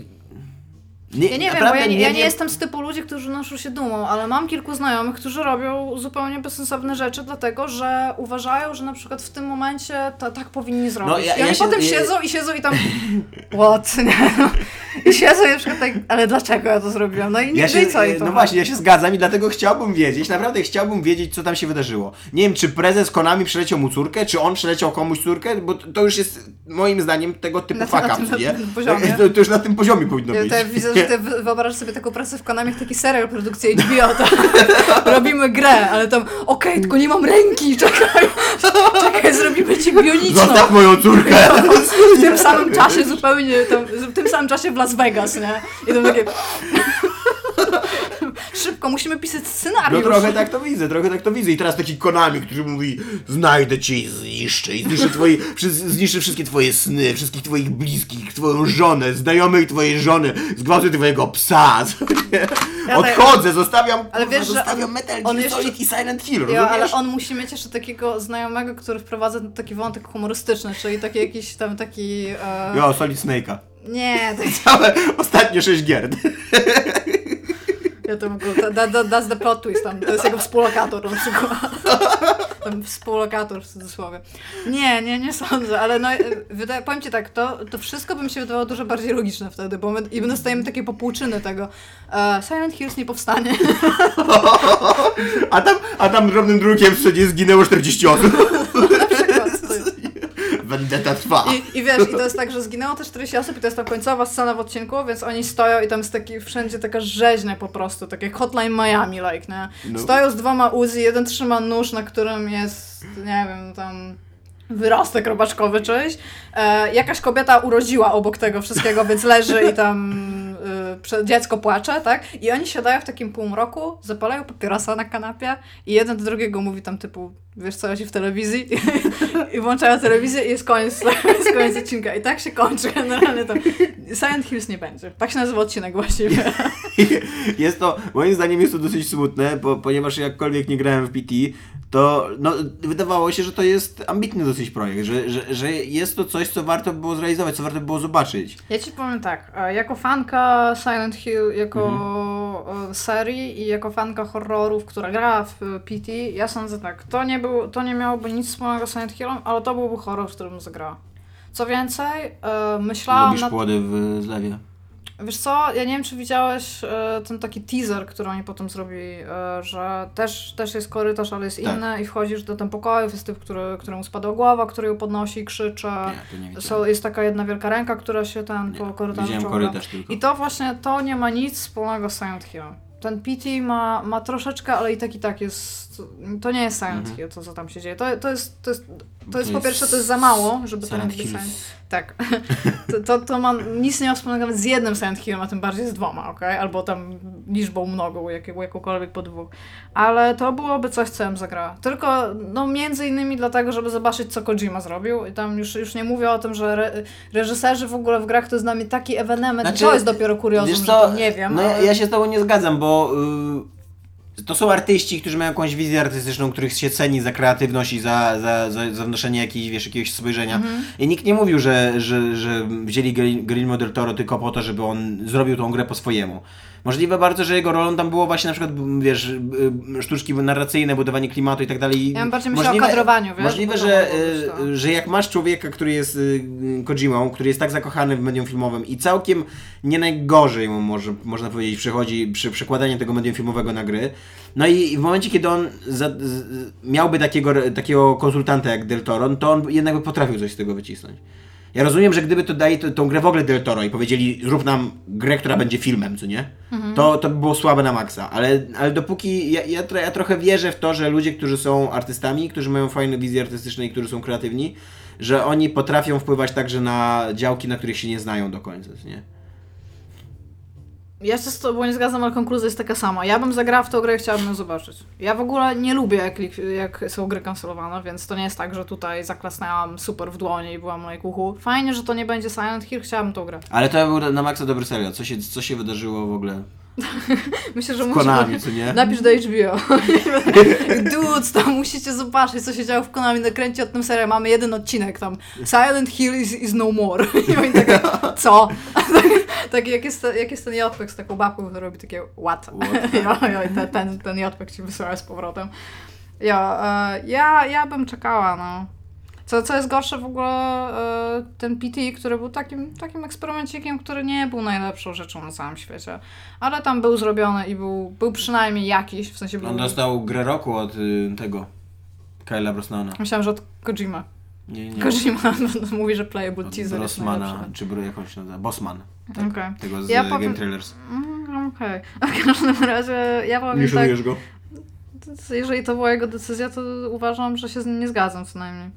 Nie, ja nie wiem, bo ja nie, nie, ja nie jestem z typu ludzi, którzy noszą się dumą, ale mam kilku znajomych, którzy robią zupełnie bezsensowne rzeczy, dlatego że uważają, że na przykład w tym momencie to, tak powinni zrobić. No, ja, I oni ja się, potem ja... siedzą i siedzą i tam what? Nie? I siedzą i na przykład tak, ale dlaczego ja to zrobiłam? No i nie ja wiem, co i to. No właśnie, ja się zgadzam i dlatego chciałbym wiedzieć, naprawdę chciałbym wiedzieć, co tam się wydarzyło. Nie wiem, czy prezes Konami przeleciał mu córkę, czy on przeleciał komuś córkę, bo to już jest moim zdaniem tego typu na, fuck na, up, na, nie? Na tym poziomie. To, to już na tym poziomie powinno ja, być. To ja widzę, że ty wyobrażasz sobie taką pracę w Konami, jak taki serial produkcji H B O, to robimy grę, ale tam okej, okay, tylko nie mam ręki, czekaj, czekaj, zrobimy ci bioniczną. Zostaw moją córkę! W tym samym czasie zupełnie, tam, w tym samym czasie w Las Vegas, nie? I to takie... Szybko, musimy pisać scenariusz. No trochę tak to widzę, trochę tak to widzę. I teraz taki Konami, który mówi, znajdę cię i zniszczę. I zniszczę, twoje, zniszczę wszystkie twoje sny, wszystkich twoich bliskich, twoją żonę, znajomych twojej żony, zgwałcę twojego psa. Ja odchodzę, zostawiam, ale wiesz, zostawiam on, Metal on Gear jeszcze... Solid i Silent Hill, ja, ale on musi mieć jeszcze takiego znajomego, który wprowadza taki wątek humorystyczny, czyli taki jakiś tam taki... E... Jo, Solid Snake'a. Nie, tak... Całe ostatnie sześć gier. Ja to mogę, da, da, that's the plot twist tam, to jest jego współlokator na przykład. Tam współlokator w cudzysłowie. Nie, nie, nie sądzę, ale no, wydaje, powiem ci tak, to, to wszystko by mi się wydawało dużo bardziej logiczne wtedy, bo my i my dostajemy takie popłuczyny tego. Uh, Silent Hills nie powstanie. A tam, a tam drobnym drukiem w stronie zginęło czterdzieści osób. Na przykład. Vendetta trwa. I, I wiesz, i to jest tak, że zginęło też czterdzieści osób i to jest ta końcowa scena w odcinku, więc oni stoją i tam jest taki wszędzie taka rzeźnia po prostu, takie Hotline Miami like, nie? No. Stoją z dwoma Uzi, jeden trzyma nóż, na którym jest, nie wiem, tam wyrostek robaczkowy czyś. E, jakaś kobieta urodziła obok tego wszystkiego, więc leży i tam y, dziecko płacze, tak? I oni siadają w takim półmroku, zapalają papierosa na kanapie i jeden do drugiego mówi tam typu, wiesz co, leci w telewizji i włączają telewizję i jest koniec, jest koniec odcinka. I tak się kończy generalnie to. Silent Hills nie będzie. Tak się nazywa odcinek właściwie. Jest to, moim zdaniem jest to dosyć smutne, bo, ponieważ jakkolwiek nie grałem w P T, to no, wydawało się, że to jest ambitny dosyć projekt, że, że, że jest to coś, co warto było zrealizować, co warto było zobaczyć. Ja ci powiem tak, jako fanka Silent Hill, jako mhm. serii i jako fanka horrorów, która gra w P T, ja sądzę tak, to nie, był, to nie miałoby nic wspólnego z Silent Hillem, ale to byłby horror, w którym zagrała. Co więcej, yy, myślałam... Lubisz nad... płody w zlewie? Wiesz co, ja nie wiem, czy widziałeś e, ten taki teaser, który oni potem zrobili, e, że też, też jest korytarz, ale jest tak. inny i wchodzisz do ten pokoju, jest typ, który, któremu spadła głowa, który ją podnosi i krzycze. Nie, to nie so, jest taka jedna wielka ręka, która się ten nie, po korytarzu widziałem korytarz tylko. I to właśnie, to nie ma nic wspólnego z Silent Hillem. ten P T ma, ma troszeczkę, ale i tak i tak jest, to nie jest Silent Mhm. Hill, to co tam się dzieje. To, to jest, to jest, to jest To po pierwsze, jest to jest za mało, żeby Silent to nie być Hills. Silent Tak. To, to, to ma nic nie ma wspólnego nawet z jednym Silent Hillem, a tym bardziej z dwoma, okej? Albo tam liczbą mnogą, jak, jakąkolwiek po dwóch. Ale to byłoby coś, co ja bym zagrała. Tylko, no między innymi dlatego, żeby zobaczyć, co Kojima zrobił. I tam już, już nie mówię o tym, że re, reżyserzy w ogóle w grach to jest dla mnie taki ewenement. Znaczy, to jest dopiero kuriozum, wiesz że co, to nie wiem. No ja, ale... ja się z tobą nie zgadzam, bo y, to są artyści, którzy mają jakąś wizję artystyczną, których się ceni za kreatywność i za, za, za, za wnoszenie jakiejś, wiesz, jakiegoś spojrzenia. Mhm. I nikt nie mówił, że, że, że wzięli Guillermo del Toro tylko po to, żeby on zrobił tą grę po swojemu. Możliwe bardzo, że jego rolą tam było właśnie na przykład, wiesz, y, sztuczki narracyjne, budowanie klimatu i tak dalej. Ja bym bardziej myślała o kadrowaniu, wiesz? Możliwe, bo to że, mogło być to. y, że jak masz człowieka, który jest y, Kojimą, który jest tak zakochany w medium filmowym i całkiem nie najgorzej mu może, można powiedzieć przychodzi przy przekładaniu tego medium filmowego na gry, no i w momencie, kiedy on za, z, miałby takiego, takiego konsultanta jak Del Toro, to on jednak by potrafił coś z tego wycisnąć. Ja rozumiem, że gdyby to dali to, tą grę w ogóle Del Toro i powiedzieli, zrób nam grę, która będzie filmem, co nie? Mhm. To, to by było słabe na maksa, ale, ale dopóki ja, ja, ja trochę wierzę w to, że ludzie, którzy są artystami, którzy mają fajne wizje artystyczne i którzy są kreatywni, że oni potrafią wpływać także na działki, na których się nie znają do końca, co nie? Ja się z tobą nie zgadzam, ale konkluzja jest taka sama. Ja bym zagrała w tę grę i chciałabym ją zobaczyć. Ja w ogóle nie lubię, jak, jak są gry kancelowane, więc to nie jest tak, że tutaj zaklasnęłam super w dłonie i byłam na jej kuchu. Fajnie, że to nie będzie Silent Hill, chciałabym tą grę. Ale to był na maksa dobry serial. Co się, co się wydarzyło w ogóle Myślę, że z musimy... Konami, co nie? Napisz do H B O. Dudes, tam musicie zobaczyć, co się działo w Konami. Nakręćcie o tym serial. Mamy jeden odcinek tam. Silent Hill is, is no more. I oni takie, co? Tak jak jest, jak jest ten Jotpek z taką babką, która robi takie what? What? jo, jo, i ten, ten, ten Jotpek ci wysyła z powrotem. Jo, e, ja, ja bym czekała, no. Co, co jest gorsze w ogóle, e, ten P T, który był takim, takim eksperymencikiem, który nie był najlepszą rzeczą na całym świecie. Ale tam był zrobiony i był, był przynajmniej jakiś, w sensie był... On dostał grę roku od y, tego Kyla Brosnana. Myślałam, że od Kojima. Nie, nie. Kojima mówi, że playable Od teaser jest Brosmana, najlepszy. czy Bro, jak on się nazywa? Bossman. Tak, Okej. tego z Ja ja powiem- Game Trailers. Mm, Okej. A w każdym razie ja powiem Nie tak, szanujesz go? jeżeli to była jego decyzja, to uważam, że się z nim nie zgadzam co najmniej.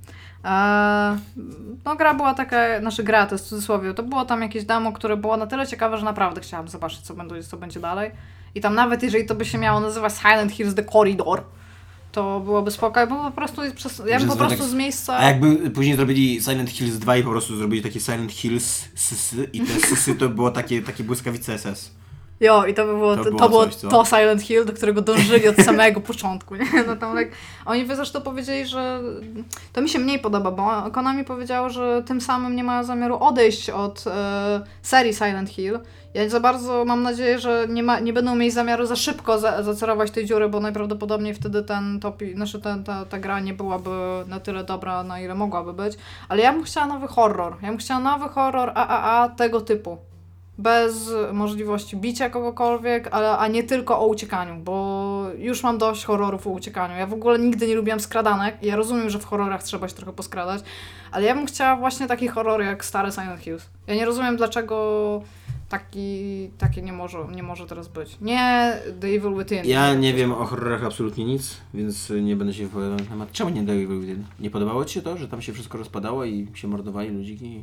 Eee, no gra była taka, znaczy gra to jest w cudzysłowie, to było tam jakieś demo, które było na tyle ciekawe, że naprawdę chciałam zobaczyć co będzie, co będzie dalej. I tam nawet jeżeli to by się miało nazywać Silent Hills The Corridor, to byłoby spoko, bo po prostu przez, ja bym po Że prostu tak- z miejsca... A jakby później zrobili Silent Hills dwa i po prostu zrobili takie Silent Hills sysy i te sysy to było takie, takie błyskawice S S. Jo, i to by było, To to, było to, było coś, co? to Silent Hill, do którego dążyli od samego początku, nie? No tam like, oni by zresztą powiedzieli, że to mi się mniej podoba, bo Konami powiedziało, że tym samym nie mają zamiaru odejść od e, serii Silent Hill. Ja nie za bardzo mam nadzieję, że nie, ma, nie będą mieli zamiaru za szybko za, zacerować tej dziury, bo najprawdopodobniej wtedy ten topi, znaczy ten, ta, ta gra nie byłaby na tyle dobra, na ile mogłaby być. Ale ja bym chciała nowy horror. Ja bym chciała nowy horror A A A tego typu. Bez możliwości bicia kogokolwiek, ale, a nie tylko o uciekaniu, bo już mam dość horrorów o uciekaniu. Ja w ogóle nigdy nie lubiłam skradanek i ja rozumiem, że w horrorach trzeba się trochę poskradać, ale ja bym chciała właśnie taki horror jak stare Silent Hills. Ja nie rozumiem, dlaczego taki, taki nie może, nie może teraz być. Nie The Evil Within. Ja nie wiem o horrorach absolutnie nic, więc nie będę się wypowiadał na temat. Czemu nie The Evil Within? Nie podobało ci się to, że tam się wszystko rozpadało i się mordowali ludziki?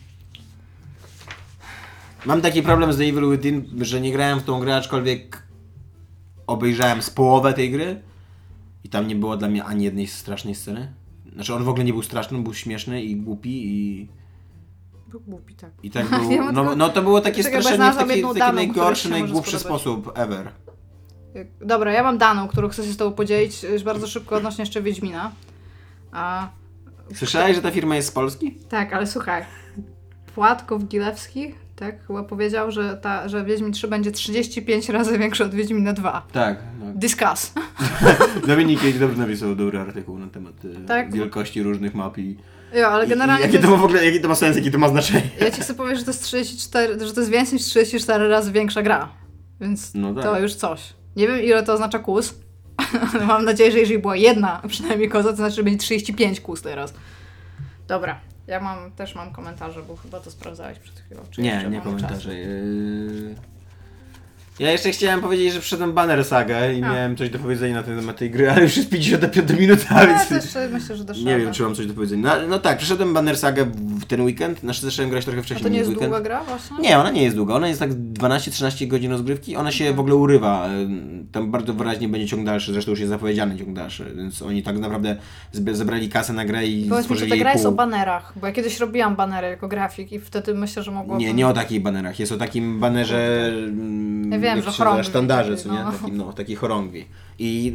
Mam taki problem z The Evil Within, że nie grałem w tą grę, aczkolwiek obejrzałem z połowę tej gry i tam nie było dla mnie ani jednej strasznej sceny. Znaczy on w ogóle nie był straszny, on był śmieszny i głupi i... Był głupi, tak. I tak był, Ja mam no, tylko- no to było takie Czekaj, bo ja straszenie w znalazłam taki, jedną taki daną, najgorszy, która się może najgłupszy spodobać. sposób ever. Dobra, ja mam daną, którą chcę się z tobą podzielić już bardzo szybko odnośnie jeszcze Wiedźmina. A... Słyszałeś, że ta firma jest z Polski? Tak, ale słuchaj. Płatkow-Gilewski, tak, chyba powiedział, że, ta, że Wiedźmin trzy będzie trzydzieści pięć razy większy od Wiedźmina dwa. Tak. No. Discuss. Dominik kiedyś dobrze napisał dobry artykuł na temat e, Tak. wielkości różnych map i, Jo, ale i, i generalnie jakie to to jest, ma w ogóle, jaki to ma sens, jaki to ma znaczenie. ja ci chcę powiedzieć, że to jest trzydzieści cztery, że to jest więcej niż trzydzieści cztery razy większa gra. Więc No tak. to już coś. Nie wiem, ile to oznacza kus, ale mam nadzieję, że jeżeli była jedna przynajmniej koza, to znaczy, że będzie trzydzieści pięć kus teraz. Dobra. Ja mam, też mam komentarze, bo chyba to sprawdzałeś przed chwilą. Czy Nie, jeszcze nie mamy czas? komentarze. Yy... Ja jeszcze chciałem powiedzieć, że przyszedłem Banner Saga i A. miałem coś do powiedzenia na ten temat tej gry, ale już jest pięćdziesiąta piąta minuta, Ja więc... też e, myślę, że też Nie wiem, czy mam coś do powiedzenia. No, no tak, przeszedłem Banner Saga w ten weekend, znaczy zacząłem grać trochę A wcześniej to nie niż jest weekend. długa gra właśnie? Nie, ona nie jest długa, ona jest tak dwanaście trzynaście godzin rozgrywki, ona się w ogóle urywa, tam bardzo wyraźnie będzie ciąg dalszy, zresztą już jest zapowiedziany ciąg dalszy, więc oni tak naprawdę zbe- zebrali kasę na grę i Powiedz mi, czy stworzyli ta jej gra jest pół. o banerach, bo ja kiedyś robiłam banery jako grafik i wtedy myślę, że mogłabym... Nie, nie o takich banerach, jest o takim banerze, mm, Ja wiem, jak że się nazywa, chorągwi sztandarze, taki, co nie? no. Taki, no, taki chorągwi. I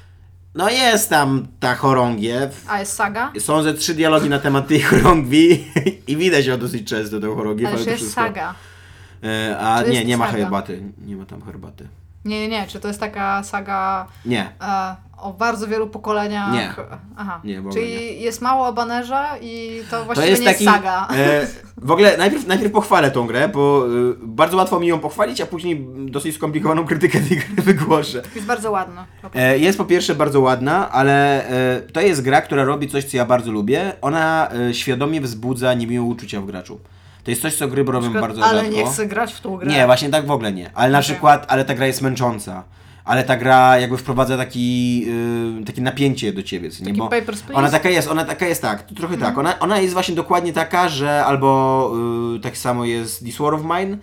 no jest tam ta chorągiew. A jest saga? Są ze trzy dialogi na temat tej chorągwi i widać ją dosyć często, tą chorągiew. Ale to czy jest wszystko. saga? E, a Czy nie, jest nie ma saga? herbaty. Nie ma tam herbaty. Nie, nie, nie. Czy to jest taka saga Nie. e, o bardzo wielu pokoleniach? Nie. Aha. Nie, w ogóle Czyli nie. jest mało o banerze i to To właściwie jest nie taki. jest saga. E, w ogóle najpierw, najpierw pochwalę tą grę, bo e, bardzo łatwo mi ją pochwalić, a później dosyć skomplikowaną krytykę tej gry wygłoszę. Jest bardzo ładna. E, jest po pierwsze bardzo ładna, ale e, to jest gra, która robi coś, co ja bardzo lubię. Ona e, świadomie wzbudza niemiłe uczucia w graczu. To jest coś, co gry robią bardzo Ale rzadko. nie chcę grać w tą grę. Nie, właśnie tak w ogóle nie. Ale na Okej. przykład, ale ta gra jest męcząca. Ale ta gra jakby wprowadza taki, yy, takie napięcie do ciebie, co nie? Taki Bo Papers, Please? ona taka jest, ona taka jest tak, to trochę Mhm. tak. Ona, ona jest właśnie dokładnie taka, że albo yy, tak samo jest This War of Mine,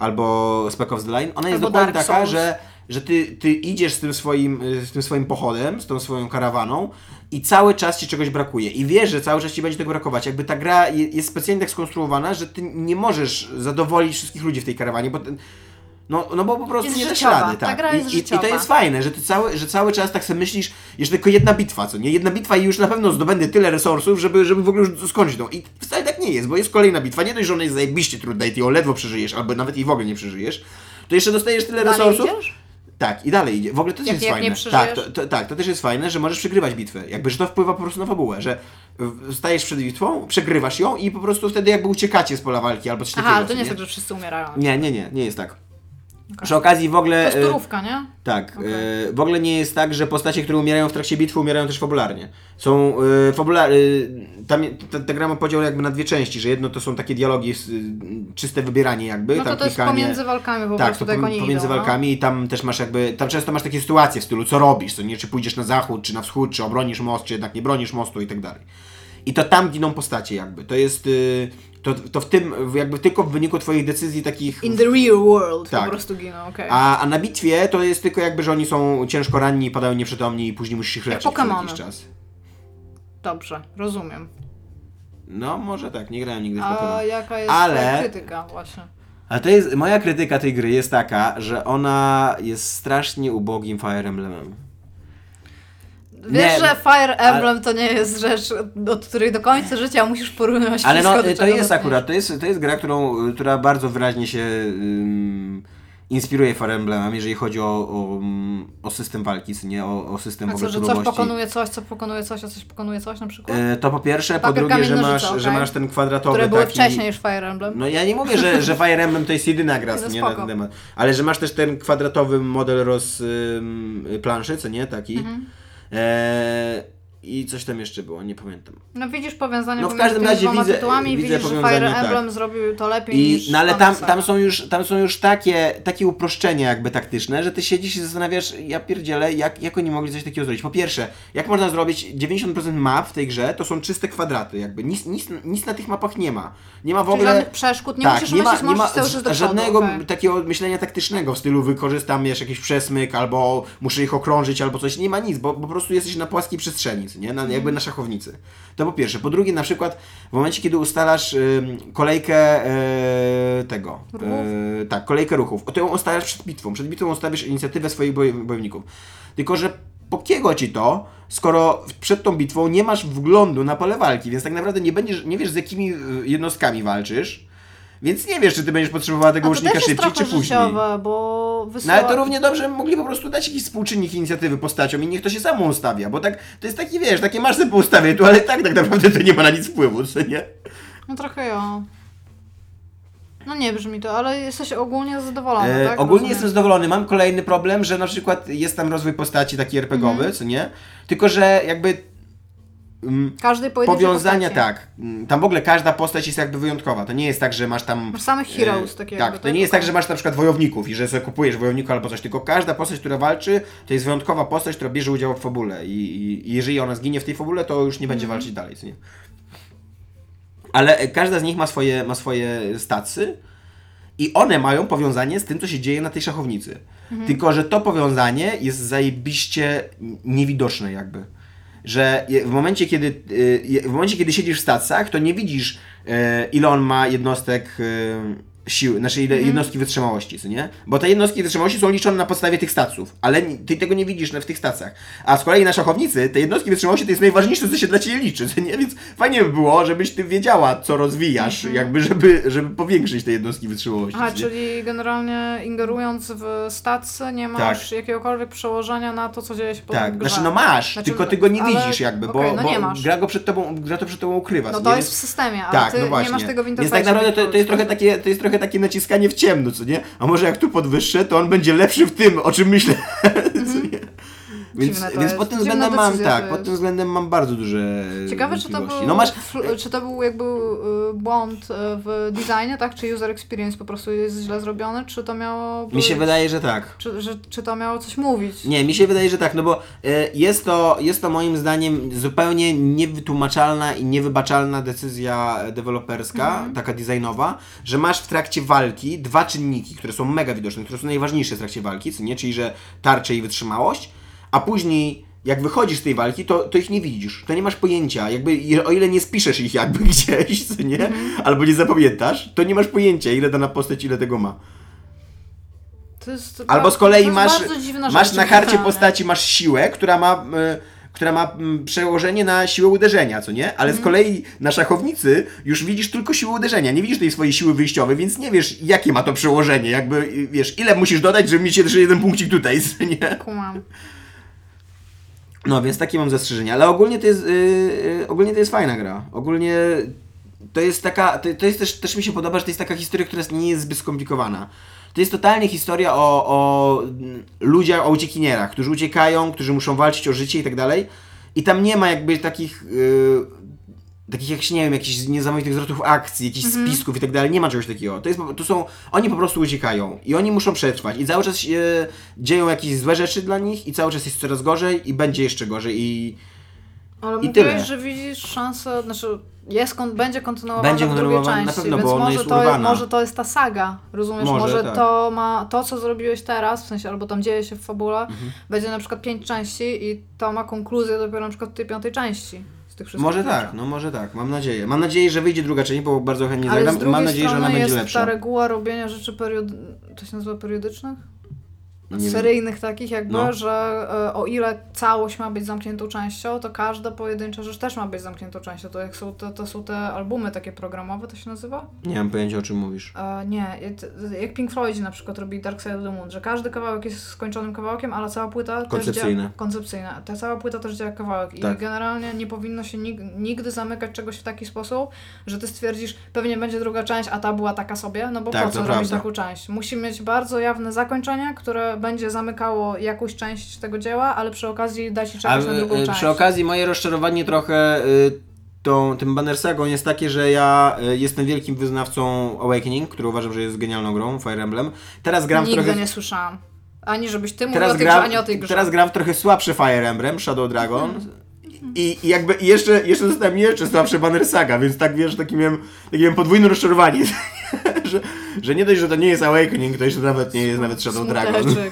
albo Spec of the Line. Ona jest Albo dokładnie Dark taka, Souls. że, że ty, ty idziesz z tym, swoim, yy, z tym swoim pochodem, z tą swoją karawaną i cały czas ci czegoś brakuje. I wiesz, że cały czas ci będzie tego brakować. Jakby ta gra je, jest specjalnie tak skonstruowana, że ty nie możesz zadowolić wszystkich ludzi w tej karawanie, bo ten, no, no bo po prostu Jest nie dasz życiowa. rady, Ta tak. gra jest I, i, I to życiowa. jest fajne, że ty cały, że cały czas tak sobie myślisz, jeszcze tylko jedna bitwa, co nie? Jedna bitwa i już na pewno zdobędę tyle resursów, żeby, żeby w ogóle już skończyć tą. I wcale tak nie jest, bo jest kolejna bitwa. Nie dość, że ona jest zajebiście trudna i ty ją ledwo przeżyjesz, albo nawet jej w ogóle nie przeżyjesz, to jeszcze dostajesz tyle Dalej resursów. idziesz? Tak, i dalej idzie. W ogóle to też Jak- jest jak fajne. nie przeżyjesz? Tak, to, to, tak, to też jest fajne, że możesz przegrywać bitwę. Jakby, że to wpływa po prostu na fabułę, że w- stajesz przed bitwą, przegrywasz ją i po prostu wtedy jakby uciekacie z pola walki albo coś Aha, takiego. ale to co nie jest tak, że wszyscy umierają. Nie, nie, nie, nie jest tak. Przy okazji w ogóle... To jest e, turówka, nie? Tak, Okej. e, w ogóle nie jest tak, że postacie, które umierają w trakcie bitwy, umierają też fabularnie. Są e, fabularne, tam ta, ta gra ma podział jakby na dwie części, że jedno to są takie dialogi, s- czyste wybieranie jakby, No tam to to jest klikanie. pomiędzy walkami po Tak, prostu, to tak pom- oni pomiędzy idą, walkami i tam też masz jakby, tam często masz takie sytuacje w stylu, co robisz, co nie, czy pójdziesz na zachód, czy na wschód, czy obronisz most, czy jednak nie bronisz mostu i tak dalej. I to tam giną postacie jakby, to jest, y, to, to w tym, jakby tylko w wyniku twoich decyzji takich... No. In the real world Tak. po prostu giną, okej. A, a na bitwie to jest tylko jakby, że oni są ciężko ranni, padają nieprzytomni i później musisz ich leczyć przez Pokemony. jakiś czas. Dobrze, rozumiem. No, może tak, nie grałem nigdy w Pokémon. A jaka jest Ale- twoja krytyka właśnie? Ale to jest, moja krytyka tej gry jest taka, że ona jest strasznie ubogim Fire Emblemem. Wiesz, Nie, że Fire Emblem to nie jest rzecz, od której do końca życia musisz porównywać Ale no, wszystko, do to czego jest dotkniesz. akurat, to jest, to jest gra, którą, która bardzo wyraźnie się ym, inspiruje Fire Emblemem, jeżeli chodzi o, o, o system walki, co nie, o, o system w A ogóle co, że coś surowości. pokonuje coś, co pokonuje coś, a coś pokonuje coś na przykład? E, To po pierwsze, po Papier, drugie, kamień, że nożyce, masz, okej. że masz ten kwadratowy Które były taki... wcześniej niż Fire Emblem. No ja nie mówię, że, że Fire Emblem to jest jedyna gra, No co nie, na spoko. ten temat. Ale że masz też ten kwadratowy model roz ym, planszy, co nie, taki. Mhm. E, I coś tam jeszcze było, nie pamiętam. No widzisz powiązanie No w pomiędzy każdym tymi razie dwoma widzę- tytułami i widzę widzisz, że powiązanie, Fire tak. Emblem zrobił to lepiej I, niż no ale Banner tam, Saga. tam są już, tam są już takie, takie uproszczenia jakby taktyczne, że ty siedzisz i zastanawiasz, ja pierdzielę, jak, jak oni mogli coś takiego zrobić. Po pierwsze, jak można zrobić dziewięćdziesiąt procent map w tej grze, to są czyste kwadraty, jakby nic, nic, nic na tych mapach nie ma. Nie ma w Czyli ogóle... żadnych przeszkód, nie tak, musisz nie ma, myśleć, nie ma możesz cały czas do ż- przodu, żadnego okej. takiego myślenia taktycznego w stylu wykorzystam wiesz, jakiś przesmyk, albo muszę ich okrążyć, albo coś. Nie ma nic, bo po prostu jesteś na płaskiej przestrzeni, co nie? Na, jakby na szachownicy. To po pierwsze. Po drugie, na przykład w momencie, kiedy ustalasz ym, kolejkę e, tego, Ruchów? e, tak, kolejkę ruchów, to ją ustalasz przed bitwą. Przed bitwą ustawisz inicjatywę swoich boj, bojowników. Tylko, że po kiego ci to, skoro przed tą bitwą nie masz wglądu na pole walki, więc tak naprawdę nie będziesz, nie wiesz z jakimi y, jednostkami walczysz, więc nie wiesz, czy ty będziesz potrzebowała tego A to łucznika też jest szybciej, czy trochę później. życiowe, bo No wysyła... ale to równie dobrze mogli po prostu dać jakiś współczynnik inicjatywy postaciom i niech to się samo ustawia, bo tak, to jest taki, wiesz, takie masz sobie poustawię tu, ale tak, tak naprawdę to nie ma na nic wpływu, co nie? No trochę ja. No nie brzmi to, ale jesteś ogólnie zadowolony, E, tak? ogólnie Rozumiem. jestem zadowolony. Mam kolejny problem, że na przykład jest tam rozwój postaci taki er pe gie owy, Mhm. co nie? Tylko, że jakby Każdej pojedynczej powiązania, postaci. tak. Tam w ogóle każda postać jest jakby wyjątkowa. To nie jest tak, że masz tam... Masz samych heroes, e, takie Tak, jakby, to nie jest tak, że masz na przykład wojowników i że sobie kupujesz wojownika albo coś, tylko każda postać, która walczy, to jest wyjątkowa postać, która bierze udział w fabule i, i, i jeżeli ona zginie w tej fabule, to już nie będzie Mhm. walczyć dalej, co nie? Ale e, każda z nich ma swoje, ma swoje stacy i one mają powiązanie z tym, co się dzieje na tej szachownicy. Mhm. Tylko, że to powiązanie jest zajebiście niewidoczne jakby. Że je- w momencie, kiedy, y, je- w momencie, kiedy siedzisz w stacjach, to nie widzisz, e, ile on ma jednostek e, siły, znaczy ile jednostki wytrzymałości, co nie? Bo te jednostki wytrzymałości są liczone na podstawie tych staców, ale ni- ty tego nie widzisz w tych stacjach. A z kolei na szachownicy te jednostki wytrzymałości to jest najważniejsze, co się dla ciebie liczy, co nie? Więc fajnie by było, żebyś ty wiedziała, co rozwijasz, jakby, żeby, żeby powiększyć te jednostki wytrzymałości. Aha, co nie? czyli generalnie ingerując w stacje nie masz jakiegokolwiek przełożenia na to, co dzieje się potem Tak, w grze. znaczy no masz, Znaczy, tylko ty go nie ale- widzisz jakby, bo, okej, no bo nie masz. gra go przed tobą, gra to przed tobą ukrywa. No co to nie? jest w systemie, ale Tak, ty no właśnie. nie masz tego w Więc interfejsie. tak naprawdę to, to, jest trochę takie, to jest trochę takie naciskanie w ciemno, co nie? A może jak tu podwyższę, to on będzie lepszy w tym, o czym myślę. co nie? Więc, Dziwne to więc jest. pod tym Dziwna względem mam, decyzja tak, to pod jest. tym względem mam bardzo duże Ciekawe, czy to, był, wątpliwości. No masz, fl- czy to był jakby y, błąd y, w designie, tak? Czy user experience po prostu jest źle zrobiony, czy to miało być... mi się wydaje, że tak. Czy, że, czy to miało coś mówić? Nie, mi się wydaje, że tak, no bo e, jest, to, jest to moim zdaniem zupełnie niewytłumaczalna i niewybaczalna decyzja deweloperska, Mhm. taka designowa, że masz w trakcie walki dwa czynniki, które są mega widoczne, które są najważniejsze w trakcie walki, co nie? Czyli, że tarcze i wytrzymałość, a później jak wychodzisz z tej walki, to, to ich nie widzisz, to nie masz pojęcia, jakby i- o ile nie spiszesz ich jakby gdzieś, co nie? Mhm. Albo nie zapamiętasz, to nie masz pojęcia, ile dana postać, ile tego ma. To jest, Albo z kolei to jest masz, bardzo dziwna masz rzecz, na karcie generalnie. postaci masz siłę, która ma, y, która ma mm, przełożenie na siłę uderzenia, co nie? Ale z kolei na szachownicy już widzisz tylko siłę uderzenia, nie widzisz tej swojej siły wyjściowej, więc nie wiesz, jakie ma to przełożenie, jakby, y, wiesz, ile musisz dodać, żeby mieć jeszcze jeden punkcik tutaj, co nie? Kumam. No, więc takie mam zastrzeżenia, ale ogólnie to jest, yy, yy, ogólnie to jest fajna gra. Ogólnie to jest taka, to, to jest też, też mi się podoba, że to jest taka historia, która nie jest zbyt skomplikowana. To jest totalnie historia o, o mm, ludziach, o uciekinierach, którzy uciekają, którzy muszą walczyć o życie i tak dalej. I tam nie ma jakby takich, yy, takich jak się, nie wiem, jakichś niesamowitych zwrotów akcji, jakichś spisków i tak dalej. Nie ma czegoś takiego. To jest, po- to są, oni po prostu uciekają i oni muszą przetrwać i cały czas się dzieją jakieś złe rzeczy dla nich i cały czas jest coraz gorzej i będzie jeszcze gorzej i Ale I mówiłeś, tyle. że widzisz szansę, znaczy jest, kon, będzie kontynuowana Będzie w drugiej kontynuowana, na części, pewno, więc bo ona może, jest to jest, urwana. może to jest ta saga, rozumiesz? Może, Może, tak. to ma, to co zrobiłeś teraz, w sensie, albo tam dzieje się w fabule, Mhm. będzie na przykład pięć części i to ma konkluzję dopiero na przykład tej piątej części z tych wszystkich może rzeczy. tak, no może tak, mam nadzieję. Mam nadzieję, że wyjdzie druga część, bo bardzo chętnie Ale z zagram. drugiej Mam nadzieję, że strony ona będzie jest lepsza. ta reguła robienia rzeczy period... to się nazywa periodycznych? Nie wiem. Seryjnych takich jakby, No. że e, o ile całość ma być zamkniętą częścią, to każda pojedyncza rzecz też ma być zamkniętą częścią. To jak są te, to są te albumy takie programowe, to się nazywa? Nie mam pojęcia, o czym mówisz. E, nie, jak- jak Pink Floydzi na przykład robi Dark Side of the Moon, że każdy kawałek jest skończonym kawałkiem, ale cała płyta też Koncepcyjne. działa... Koncepcyjna. Ta cała płyta też działa jak kawałek i Tak. generalnie nie powinno się nig- nigdy zamykać czegoś w taki sposób, że ty stwierdzisz, pewnie będzie druga część, a ta była taka sobie, no bo Tak, po co to robić prawda. taką część? Musi mieć bardzo jawne zakończenie, które będzie zamykało jakąś część tego dzieła, ale przy okazji da ci A czekać na drugą y, część. przy okazji moje rozczarowanie trochę y, tą, tym Banner Sagą jest takie, że ja y, jestem wielkim wyznawcą Awakening, który uważam, że jest genialną grą, Fire Emblem. Teraz gram w Nigdy trochę... nie słyszałam. Ani żebyś ty mówił o Teraz tej grze, gram, ani o tej grze. teraz gram w trochę słabszy Fire Emblem, Shadow Dragon. I, I jakby i jeszcze, jeszcze zostałem jeszcze słabszy Banner Saga, więc tak wiesz, taki miałem, takie miałem podwójne rozczarowanie, że, że nie dość, że to nie jest Awakening, to jeszcze nawet nie jest nawet Shadow Dragon. Smuteczek.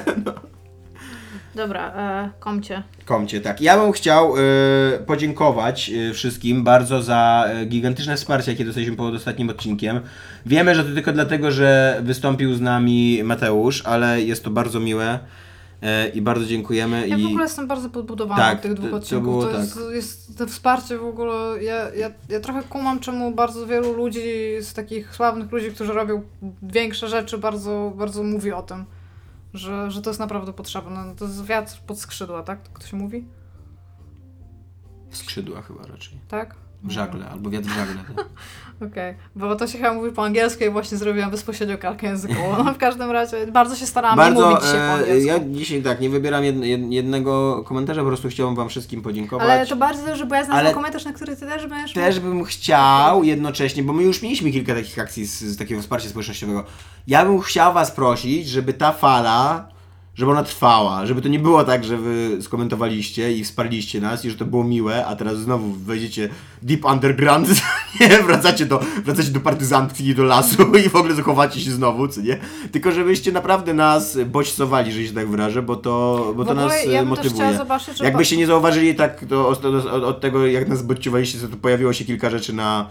Dobra, e, komcie. Komcie, tak. Ja bym chciał y, podziękować y, wszystkim bardzo za y, gigantyczne wsparcie, jakie dostaliśmy pod ostatnim odcinkiem. Wiemy, że to tylko dlatego, że wystąpił z nami Mateusz, ale jest to bardzo miłe y, i bardzo dziękujemy. Ja i... w ogóle jestem bardzo podbudowana Tak, od tych dwóch to- to odcinków. było To, jest, jest to wsparcie w ogóle. Ja, ja, ja trochę kumam, czemu bardzo wielu ludzi, z takich sławnych ludzi, którzy robią większe rzeczy, bardzo, bardzo mówi o tym. Że, że to jest naprawdę potrzebne. No to jest wiatr pod skrzydła, tak? Tak to się mówi? Skrzydła chyba raczej. Tak? w żagle, albo wiatr w żagle. Tak. Okej, okay. Bo to się chyba mówi po angielsku i właśnie zrobiłam bezpośrednio kalkę językową. No, w każdym razie bardzo się starałam bardzo, nie mówić dzisiaj po angielsku. Ja dzisiaj tak, nie wybieram jed, jednego komentarza, po prostu chciałbym wam wszystkim podziękować. Ale to bardzo dobrze, bo ja znalazłam komentarz, na który ty też będziesz... Też bym chciał jednocześnie, bo my już mieliśmy kilka takich akcji z, z takiego wsparcia społecznościowego. Ja bym chciał was prosić, żeby ta fala... żeby ona trwała, żeby to nie było tak, że wy skomentowaliście i wsparliście nas i że to było miłe, a teraz znowu wejdziecie deep underground, nie, wracacie do, wracacie do partyzantki, do lasu i w ogóle zachowacie się znowu, co nie? Tylko żebyście naprawdę nas bodźcowali, że się tak wyrażę, bo to, bo to nas ja motywuje. Zobaczyć, jakbyście nie zauważyli tak to od, od, od tego, jak nas bodźcowaliście, to pojawiło się kilka rzeczy na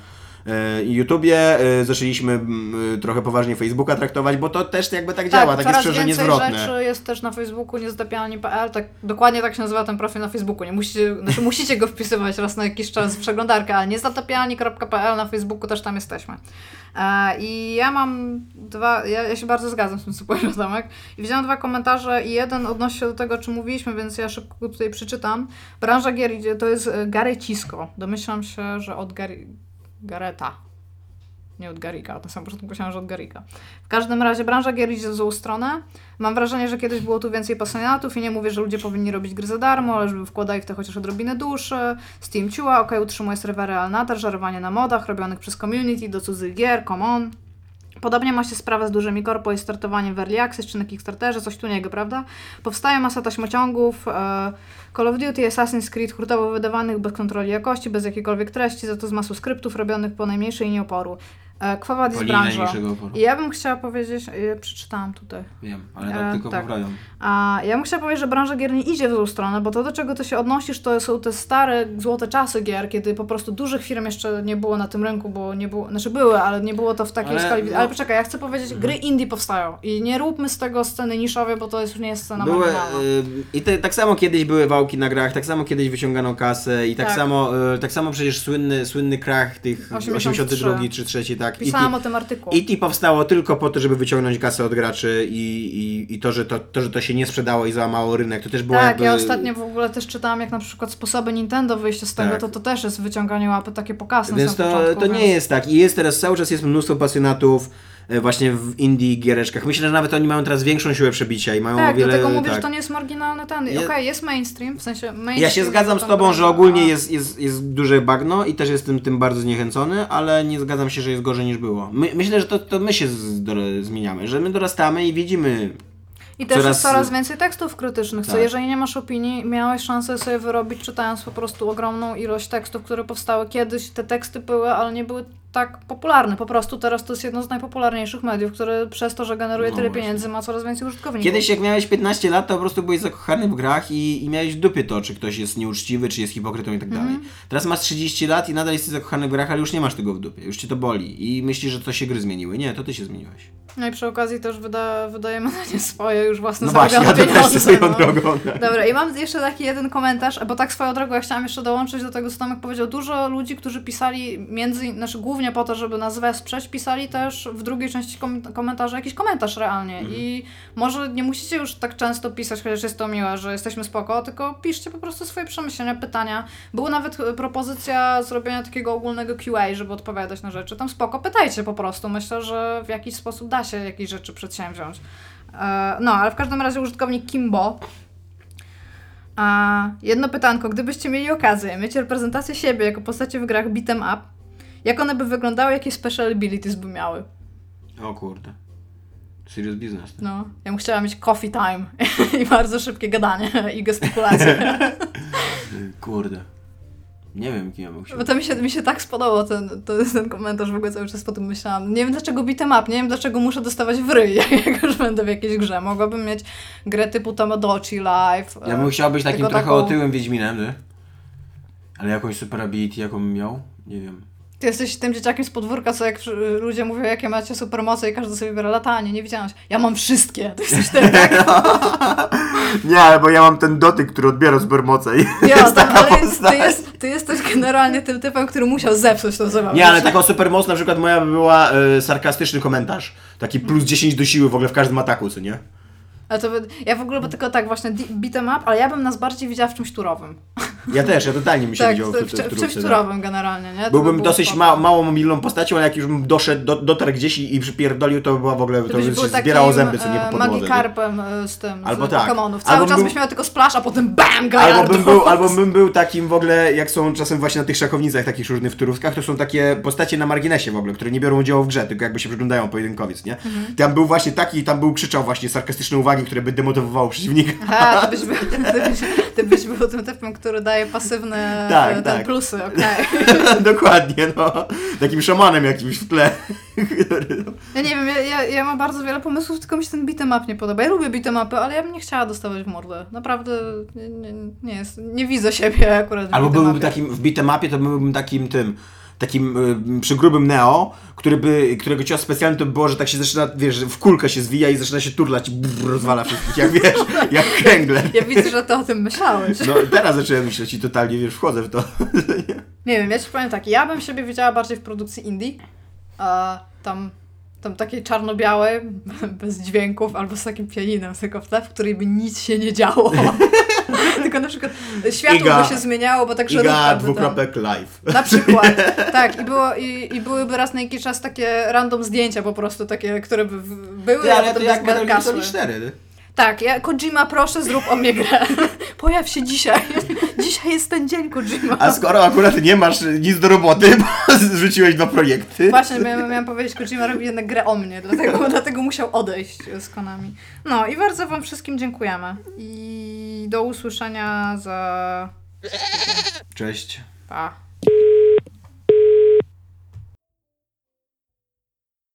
YouTubie, zaczęliśmy trochę poważnie Facebooka traktować, bo to też jakby tak działa, tak, takie sprzężenie zwrotne. Coraz rzeczy jest też na Facebooku niezatapialni kropka p l, tak dokładnie tak się nazywa ten profil na Facebooku, nie musicie, znaczy musicie go wpisywać raz na jakiś czas w przeglądarkę, ale niezatapialni kropka p l na Facebooku też tam jesteśmy. E, I ja mam dwa, ja, ja się bardzo zgadzam z tym, co powiedział Tomek, i widziałam dwa komentarze i jeden odnosi się do tego, o czym mówiliśmy, więc ja szybko tutaj przeczytam. Branża gier to jest Garecisko, domyślam się, że od Gary... Gareta. Nie od Garika, na samym początku myślałam, że od Garika. W każdym razie branża gier idzie w złą stronę. Mam wrażenie, że kiedyś było tu więcej pasjonatów i nie mówię, że ludzie powinni robić gry za darmo, ale żeby wkładali w to chociaż odrobinę duszy. Steam ciuła, ok, utrzymuje serwery, ale nadal żerowanie na modach robionych przez community do cudzych gier, come on. Podobnie ma się sprawę z dużymi korpo i startowaniem w Early Access czy na Kickstarterze, coś tu niego, prawda? Powstaje masa taśmociągów, e, Call of Duty, Assassin's Creed hurtowo wydawanych bez kontroli jakości, bez jakiejkolwiek treści, za to z masu skryptów robionych po najmniejszej linii oporu. E, Kwa jest branża. I ja bym chciała powiedzieć, ja przeczytałam tutaj. Wiem, ale tak e, tylko tak. poprawiam. A ja bym chciała powiedzieć, że branża gier nie idzie w złą stronę, bo to, do czego ty się odnosisz, to są te stare, złote czasy gier, kiedy po prostu dużych firm jeszcze nie było na tym rynku, bo nie było, znaczy były, ale nie było to w takiej ale, skali. No. Ale poczekaj, ja chcę powiedzieć, mhm. gry indie powstają i nie róbmy z tego sceny niszowej, bo to jest, już nie jest scena były, marginalna. Yy, I te, tak samo kiedyś były wałki na grach, tak samo kiedyś wyciągano kasę i tak, tak. samo yy, tak samo przecież słynny, słynny krach tych osiemdziesiąty drugi czy trzeci, tak. Pisałam o tym artykule. I T powstało tylko po to, żeby wyciągnąć kasę od graczy i, i, i to, że to, to, że to się nie sprzedało i załamało rynek, to też było tak, jakby... ja ostatnio w ogóle też czytałam, jak na przykład sposoby Nintendo wyjścia z tego, tak. to to też jest wyciąganie łapy takie pokasne. Więc to, początku, to więc... nie jest tak. I jest teraz cały czas jest mnóstwo pasjonatów właśnie w indie giereczkach. Myślę, że nawet oni mają teraz większą siłę przebicia i mają tak, o wiele... dlatego mówię, tak, że to nie jest marginalny ten. Okej, okay, jest mainstream, w sensie mainstream... Ja się zgadzam z tobą, że ogólnie jest, jest, jest duże bagno i też jestem tym bardzo zniechęcony, ale nie zgadzam się, że jest gorzej niż było. My, myślę, że to, to my się z, do, zmieniamy, że my dorastamy i widzimy... I też coraz... jest coraz więcej tekstów krytycznych, tak. co jeżeli nie masz opinii, miałeś szansę sobie wyrobić, czytając po prostu ogromną ilość tekstów, które powstały kiedyś. Te teksty były, ale nie były tak popularne. Po prostu teraz to jest jedno z najpopularniejszych mediów, które przez to, że generuje no tyle właśnie. pieniędzy, ma coraz więcej użytkowników. Kiedyś jak miałeś piętnaście lat, to po prostu byłeś zakochany w grach i, i miałeś w dupie to, czy ktoś jest nieuczciwy, czy jest hipokrytą i tak dalej. Mm. Teraz masz trzydzieści lat i nadal jesteś zakochany w grach, ale już nie masz tego w dupie. Już cię to boli. I myślisz, że to się gry zmieniły. Nie, to ty się zmieniłeś. No i przy okazji też wyda, wydajemy na nie swoje już własne no właśnie, ja pieniądze. Swoją no. drogą. Dobra, i mam jeszcze taki jeden komentarz, bo tak swoją drogą ja chciałam jeszcze dołączyć do tego, co Tomek powiedział. Dużo ludzi, którzy pisali między, znaczy głównie po to, żeby nas wesprzeć, pisali też w drugiej części kom- komentarza jakiś komentarz realnie. Mhm. I może nie musicie już tak często pisać, chociaż jest to miłe, że jesteśmy spoko, tylko piszcie po prostu swoje przemyślenia, pytania. Była nawet propozycja zrobienia takiego ogólnego Q A, żeby odpowiadać na rzeczy. Tam spoko, pytajcie po prostu. Myślę, że w jakiś sposób da się jakieś rzeczy przedsięwziąć. No, ale w każdym razie użytkownik Kimbo. A jedno pytanko, gdybyście mieli okazję mieć reprezentację siebie jako postacie w grach beat'em up, jak one by wyglądały, jakie special abilities by miały? O kurde. Serious business. Tak? No, ja bym chciała mieć coffee time i bardzo szybkie gadanie i gestykulacje. Kurde. Nie wiem, kim ja bym chciał. Bo to mi się, mi się tak spodobał ten, ten, ten komentarz, w ogóle cały czas po tym myślałam. Nie wiem dlaczego beat'em up, nie wiem dlaczego muszę dostawać w ryj, jak już będę w jakiejś grze. Mogłabym mieć grę typu Tamagotchi Live. Ja bym chciał być takim trochę taką... otyłym Wiedźminem, nie? Ale jakąś super ability, jaką bym miał? Nie wiem. Ty jesteś tym dzieciakiem z podwórka, co jak ludzie mówią, jakie macie supermoce i każdy sobie wybiera latanie, nie widziałaś. Ja mam wszystkie. Ty jesteś tym, tak? Nie, bo ja mam ten dotyk, który odbiera supermoce i ja, jest tak, ale jest, ty, jest, ty jesteś generalnie tym typem, który musiał zepsuć tą zabawę. Nie, ale taką supermoc na przykład moja by była y, sarkastyczny komentarz. Taki plus dziesięć do siły w ogóle w każdym ataku, co nie? Ale to by, ja w ogóle by tylko tak właśnie beat'em up, ale ja bym nas bardziej widziała w czymś turowym. Ja też, ja totalnie mi się Tak, widział w, w, w, w, w czymś turówce, tak. turowym generalnie, nie? To Byłbym by było dosyć spoko. ma, mało mobilną postacią, ale jak już bym doszedł, do, dotarł gdzieś i, i przypierdolił, to by była w ogóle, to Gdybyś by był się takim, zbierało zęby, co nie e, po podłodze. Magikarpem e, z tym, Albo z tak. Pokemonów. Cały Albo czas był- byś miał tylko splash, a potem bam, Gajardos. Albo bym, był, albo bym był takim w ogóle, jak są czasem właśnie na tych szachownicach takich różnych w turówkach, to są takie postacie na marginesie w ogóle, które nie biorą udziału w grze, tylko jakby się przyglądają pojedynkowiec, nie? Mhm. Tam był właśnie taki i tam był krzyczał właśnie sarkastyczne uwagi, które by demotywowały przeciwnika. Aha, ty byś, był, ty, byś, ty byś był tym typem, który daje pasywne Tak, e, ten tak. plusy, okej. Dokładnie, no. Takim szamanem jakimś w tle. Ja nie wiem, ja, ja, ja mam bardzo wiele pomysłów, tylko mi się ten beat'em up nie podoba. Ja lubię beat'em upy, ale ja bym nie chciała dostawać w mordę. Naprawdę nie, nie, nie jest, nie widzę siebie akurat w Albo beat'em byłbym upie. takim, w beat'em-upie to byłbym takim tym, takim y, przygrubym Neo, który by, którego cios specjalny to by było, że tak się zaczyna, wiesz, że w kulkę się zwija i zaczyna się turlać i brrr, rozwala wszystkich, jak wiesz, jak kręgle. Ja widzę, że ty o tym myślałeś. No teraz zacząłem myśleć i totalnie, wiesz, wchodzę w to. Nie wiem, ja ci powiem tak, ja bym siebie widziała bardziej w produkcji indie, a tam, tam takiej czarno-białej, bez dźwięków, albo z takim pianinem, tylko w tle, w której by nic się nie działo. Tylko na przykład światło Iga- by się zmieniało, bo tak Iga żarówka by tam... dwukropek live. Na przykład, tak, i, było, i, i byłyby raz na jakiś czas takie random zdjęcia po prostu, takie, które by w- były, Ty, a ale to potem jak Metal Gear gasły. Solid cztery, ty? Tak, ja, Kojima, proszę, zrób o mnie grę. Pojaw się dzisiaj. Dzisiaj jest ten dzień, Kojima. A skoro akurat nie masz nic do roboty, bo zrzuciłeś dwa projekty. Właśnie, miałem, miałem powiedzieć, Kojima robi jednak grę o mnie, dlatego, dlatego musiał odejść z Konami. No i bardzo wam wszystkim dziękujemy. I do usłyszenia za... Cześć. Pa.